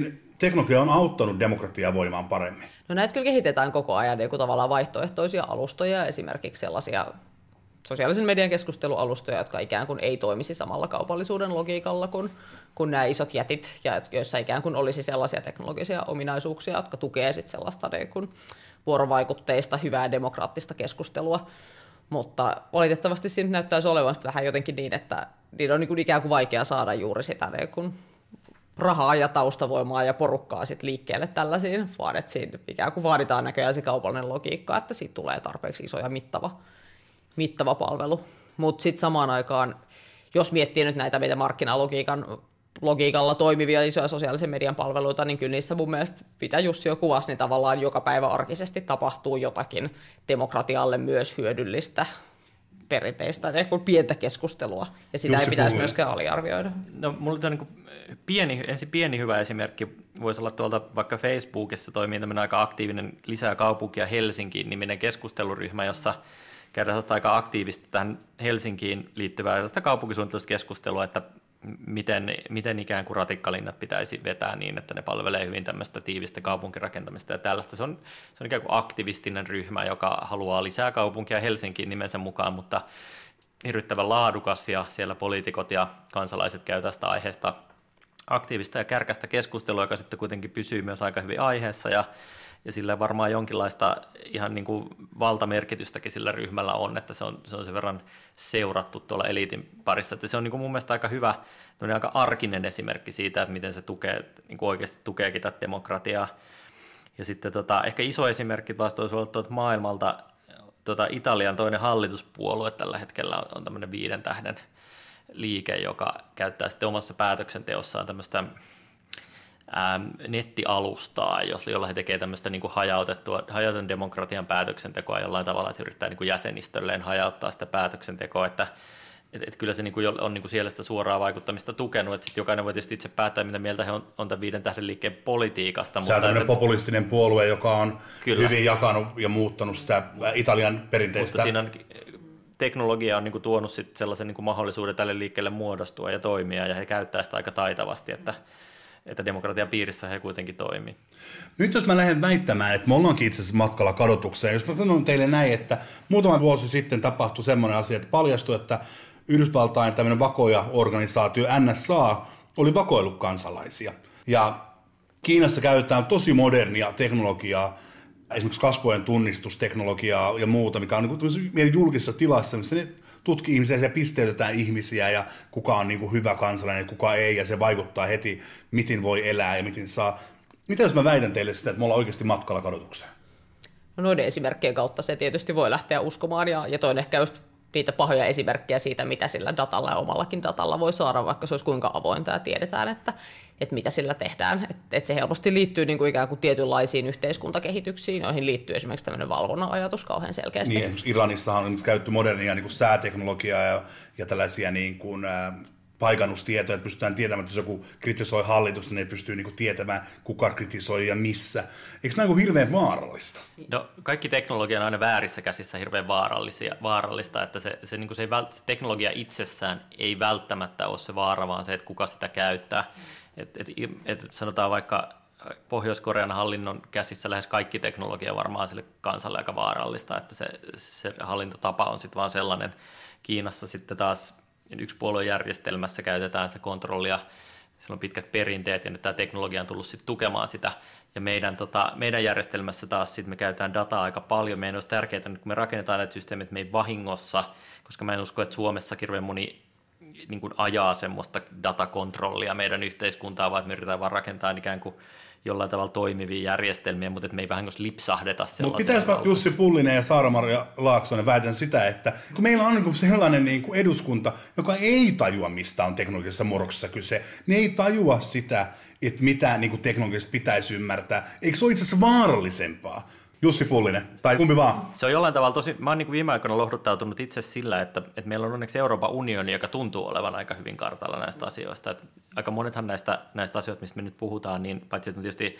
teknologia on auttanut demokratiaa voimaan paremmin? No näitä kyllä kehitetään koko ajan, niin kuin tavallaan vaihtoehtoisia alustoja, esimerkiksi sellaisia sosiaalisen median keskustelualustoja, jotka ikään kuin ei toimisi samalla kaupallisuuden logiikalla kuin, kuin nämä isot jätit, ja joissa ikään kuin olisi sellaisia teknologisia ominaisuuksia, jotka tukee sitten sellaista niin kuin vuorovaikutteista, hyvää demokraattista keskustelua. Mutta valitettavasti siinä näyttäisi olevan vähän jotenkin niin, että niin on niin kuin ikään kuin vaikea saada juuri sitä niin kuin rahaa ja taustavoimaa ja porukkaa sit liikkeelle tällaisiin, vaan että siinä ikään kuin vaaditaan näköjään se kaupallinen logiikka, että siitä tulee tarpeeksi iso ja mittava, mittava palvelu. Mutta sitten samaan aikaan, jos miettii nyt näitä meidän markkinalogiikan logiikalla toimivia isoja sosiaalisen median palveluita, niin kyllä niissä mun mielestä, mitä Jussi jo kuvasi, niin tavallaan joka päivä arkisesti tapahtuu jotakin demokratialle myös hyödyllistä perinteistä, niin kuin pientä keskustelua, ja sitä Jussi ei pitäisi puhui. myöskään aliarvioida. No, mulla on niin pieni, ensin pieni hyvä esimerkki, voisi olla tuolta vaikka Facebookissa toimii tämmöinen aika aktiivinen Lisää kaupunkia Helsinkiin niminen keskusteluryhmä, jossa käydään aika aktiivisesti tähän Helsinkiin liittyvää kaupunkisuunnitteluskeskustelua, että miten, miten ikään kuin ratikkalinnat pitäisi vetää niin, että ne palvelee hyvin tämmöistä tiivistä kaupunkirakentamista ja tällaista. Se on, se on ikään kuin aktivistinen ryhmä, joka haluaa lisää kaupunkia Helsinkiin nimensä mukaan, mutta hirvittävän laadukas, ja siellä poliitikot ja kansalaiset käy tästä aiheesta aktiivista ja kärkästä keskustelua, joka sitten kuitenkin pysyy myös aika hyvin aiheessa, ja Ja sillä varmaan jonkinlaista ihan niin kuin valtamerkitystäkin sillä ryhmällä on, että se on, se on sen verran seurattu tuolla eliitin parissa. Että se on niin kuin mun mielestä aika hyvä, aika arkinen esimerkki siitä, että miten se tukee, niin kuin oikeasti tukeekin tätä demokratiaa. Ja sitten tota, ehkä iso esimerkki taas olisi ollut tuolta maailmalta, tota Italian toinen hallituspuolue tällä hetkellä on, on tämmöinen viiden tähden liike, joka käyttää sitten omassa päätöksenteossaan tämmöistä Ähm, nettialustaa, jolla he tekevät tämmöistä niin kuin hajautettua, hajautetun demokratian päätöksentekoa jollain tavalla, että he yrittää niin kuin jäsenistölleen hajauttaa sitä päätöksentekoa, että et, et kyllä se niin kuin on niin kuin siellä sitä suoraa vaikuttamista tukenut, että sitten jokainen voi tietysti itse päättää, mitä mieltä he on, on tämän viiden tähden liikkeen politiikasta. Se on tämmöinen populistinen puolue, joka on kyllä hyvin jakanut ja muuttanut sitä Italian perinteistä. Mutta siinä on, teknologia on niin kuin tuonut sit sellaisen niin kuin mahdollisuuden tälle liikkeelle muodostua ja toimia, ja he käyttää sitä aika taitavasti, että että demokratian piirissä he kuitenkin toimii. Nyt jos mä lähden väittämään, että me ollaankin itse asiassa matkalla kadotukseen, jos mä sanon teille näin, että muutama vuosi sitten tapahtui semmoinen asia, että paljastui, että Yhdysvaltain tämmöinen vakoja-organisaatio N S A oli vakoillut kansalaisia. Ja Kiinassa käytetään tosi modernia teknologiaa, esimerkiksi kasvojen tunnistusteknologiaa ja muuta, mikä on niin meidän julkisessa tilassa, missä ne tutkii ihmisiä ja pisteytetään ihmisiä ja kuka on niin kuin hyvä kansalainen ja kuka ei, ja se vaikuttaa heti, miten voi elää ja miten saa. Mitä jos mä väitän teille sitä, että me ollaan oikeasti matkalla kadotukseen? No noiden esimerkkien kautta se tietysti voi lähteä uskomaan, ja, ja toinen ehkä just niitä pahoja esimerkkejä siitä, mitä sillä datalla ja omallakin datalla voi saada, vaikka se olisi kuinka avointa ja tiedetään, että, että mitä sillä tehdään. Että, että se helposti liittyy niin kuin ikään kuin tietynlaisiin yhteiskuntakehityksiin, joihin liittyy esimerkiksi tämmöinen valvonnan ajatus kauhean selkeästi. Niin, esimerkiksi Iranissahan on käytetty modernia niin kuin sääteknologiaa ja, ja tällaisia niin kuin, äh, paikannustietoja, että pystytään tietämään, että jos joku kritisoi hallitusta, niin pystyy niin kuin tietämään, kuka kritisoi ja missä. Eikö nämä ole hirveän vaarallista? No, kaikki teknologia on aina väärissä käsissä hirveän vaarallisia, vaarallista, että se, se, niin kuin se, ei vält, se teknologia itsessään ei välttämättä ole se vaara, vaan se, että kuka sitä käyttää. Et, et, et sanotaan vaikka Pohjois-Korean hallinnon käsissä lähes kaikki teknologia varmaan sille kansalle aika vaarallista, että se, se hallintotapa on sitten vaan sellainen. Kiinassa sitten taas yksipuoluejärjestelmässä käytetään sitä kontrollia, sillä on pitkät perinteet ja nyt tämä teknologia on tullut sitten tukemaan sitä. Ja meidän, tota, meidän järjestelmässä taas sit me käytetään dataa aika paljon. Meidän olisi tärkeää, että kun me rakennetaan näitä systeemit, me ei vahingossa, koska mä en usko, että Suomessa hirveän moni niin kuin ajaa semmoista datakontrollia meidän yhteiskuntaa, vaan että me yritetään vaan rakentaa ikään kuin jollain tavalla toimivia järjestelmiä, mutta että me ei vahingossa lipsahdeta sellaiseen. Mutta pitäisipä Jussi Pullinen ja Saara-Maria Laaksonen väitän sitä, että kun meillä on niin sellainen niin kuin eduskunta, joka ei tajua, mistä on teknologisessa murroksessa kyse, ne ei tajua sitä, että mitä niin kuin teknologisesti pitäisi ymmärtää. Eikö se ole itse asiassa vaarallisempaa? Jussi Pullinen, tai kumpi vaan. Se on jollain tavalla tosi, mä oon niin kuin viime aikoina lohduttautunut itse sillä, että, että meillä on onneksi Euroopan unioni, joka tuntuu olevan aika hyvin kartalla näistä asioista. Että aika monethan näistä, näistä asioista, mistä me nyt puhutaan, niin paitsi että on tietysti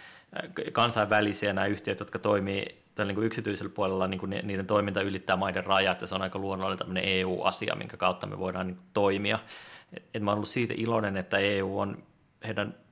kansainvälisiä nämä yhtiöt, jotka toimii tällä niin kuin yksityisellä puolella, niin kuin niiden toiminta ylittää maiden rajat, ja se on aika luonnollinen tämmöinen E U-asia, minkä kautta me voidaan niin toimia. Et, et mä oon ollut siitä iloinen, että E U on heidän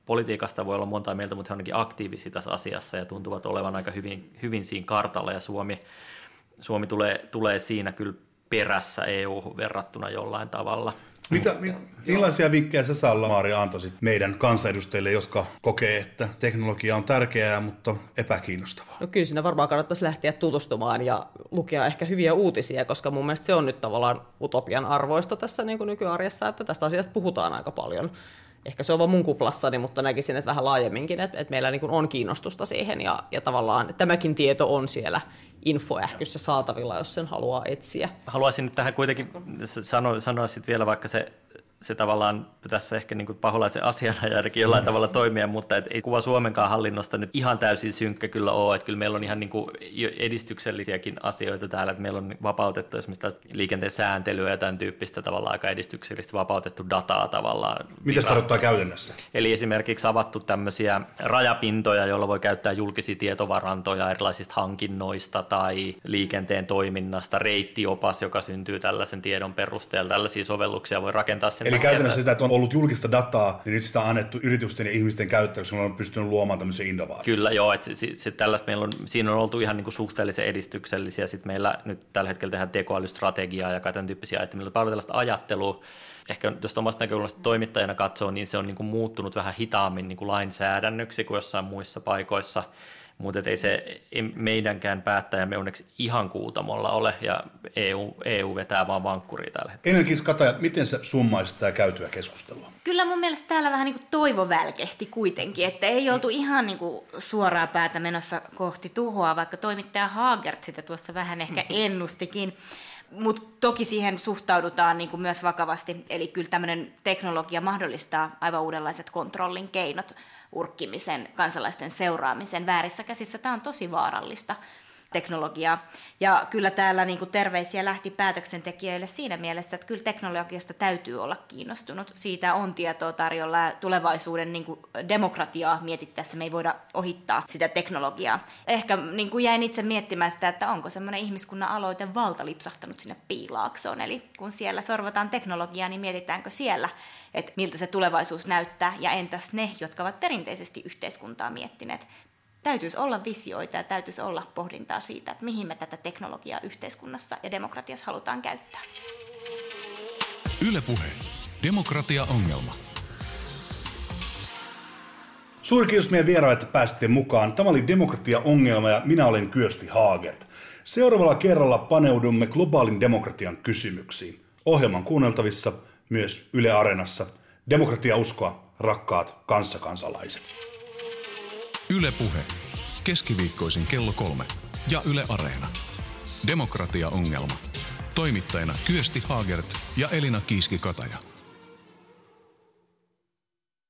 politiikasta voi olla monta mieltä, mutta he onkin aktiivisia tässä asiassa ja tuntuvat olevan aika hyvin, hyvin siinä kartalla ja Suomi, Suomi tulee, tulee siinä kyllä perässä E U verrattuna jollain tavalla. Mitä, mi, millaisia vinkkejä sä Salla-Maari antoisit meidän kansanedustajille, jotka kokee, että teknologia on tärkeää, mutta epäkiinnostavaa? No kyllä siinä varmaan kannattaisi lähteä tutustumaan ja lukea ehkä hyviä uutisia, koska mun mielestä se on nyt tavallaan utopian arvoista tässä niin kuin nykyarjessa, että tästä asiasta puhutaan aika paljon. Ehkä se on vaan mun kuplassani, mutta näkisin, että vähän laajemminkin, että, että meillä niin kuin on kiinnostusta siihen ja, ja tavallaan että tämäkin tieto on siellä infoähkyssä saatavilla, jos sen haluaa etsiä. Haluaisin nyt tähän kuitenkin sanoa, sanoa sit vielä, vaikka se, se tavallaan tässä ehkä niin kuin paholaisen asianajajakin jollain tavalla toimia, mutta et ei kuva Suomenkaan hallinnosta nyt ihan täysin synkkä kyllä ole, että kyllä meillä on ihan niin kuin edistyksellisiäkin asioita täällä, että meillä on vapautettu esimerkiksi liikenteen sääntelyä ja tämän tyyppistä tavallaan aika edistyksellisesti vapautettu dataa tavallaan. Mitä se tarkoittaa käytännössä? Eli esimerkiksi avattu tämmöisiä rajapintoja, joilla voi käyttää julkisia tietovarantoja erilaisista hankinnoista tai liikenteen toiminnasta, reittiopas, joka syntyy tällaisen tiedon perusteella, tällaisia sovelluksia voi rakentaa sen. Eli käytännössä sitä, että on ollut julkista dataa, niin nyt sitä on annettu yritysten ja ihmisten käyttöön, koska on pystynyt luomaan tämmöisiä innovaatioita. Kyllä, joo. Että se, se, tällaista meillä on, siinä on oltu ihan niin kuin suhteellisen edistyksellisiä. Sitten meillä nyt tällä hetkellä tehdään tekoälystrategiaa ja kaiken tyyppisiä, että meillä on paljon tällaista ajattelua. Ehkä jos omasta näkökulmasta toimittajana katsoo, niin se on niin kuin muuttunut vähän hitaammin niin kuin lainsäädännöksi kuin jossain muissa paikoissa. Mutta ei se ei meidänkään päättäjämme onneksi ihan kuutamolla ole, ja E U, E U vetää vaan vankkuria tällä hetkellä. Elina Kiiski-Kataja, miten sä summaisit tämä käytyä keskustelua? Kyllä mun mielestä täällä vähän niin kuin toivo välkehti kuitenkin, että ei oltu ihan niin kuin suoraa päätä menossa kohti tuhoa, vaikka toimittaja Hagert sitä tuossa vähän ehkä ennustikin. Mutta toki siihen suhtaudutaan niin kuin myös vakavasti, eli kyllä tämmöinen teknologia mahdollistaa aivan uudenlaiset kontrollin keinot, urkkimisen, kansalaisten seuraamisen väärissä käsissä. Tämä on tosi vaarallista teknologiaa. Ja kyllä täällä niin kuin terveisiä lähti päätöksentekijöille siinä mielessä, että kyllä teknologiasta täytyy olla kiinnostunut. Siitä on tietoa tarjolla ja tulevaisuuden niin kuin demokratiaa mietittäessä me ei voida ohittaa sitä teknologiaa. Ehkä niin kuin jäin itse miettimään sitä, että onko semmoinen ihmiskunnan aloite valta lipsahtanut sinne piilaaksoon. Eli kun siellä sorvataan teknologiaa, niin mietitäänkö siellä, että miltä se tulevaisuus näyttää, ja entäs ne, jotka ovat perinteisesti yhteiskuntaa miettineet. Täytyisi olla visioita ja täytyisi olla pohdintaa siitä, että mihin me tätä teknologiaa yhteiskunnassa ja demokratiassa halutaan käyttää. Yle Puhe. Demokratia-ongelma. Suuri kiitos meidän vieraille, että pääsitte mukaan. Tämä oli Demokratia-ongelma ja minä olen Kyösti Hagert. Seuraavalla kerralla paneudumme globaalin demokratian kysymyksiin. Ohjelman kuunneltavissa myös Yle Areenassa. Demokratia-uskoa, rakkaat kanssakansalaiset. Yle Puhe. Keskiviikkoisin kello kolme. Ja Yle Areena. Demokratia-ongelma. Toimittajina Kyösti Hagert ja Elina Kiiski-Kataja.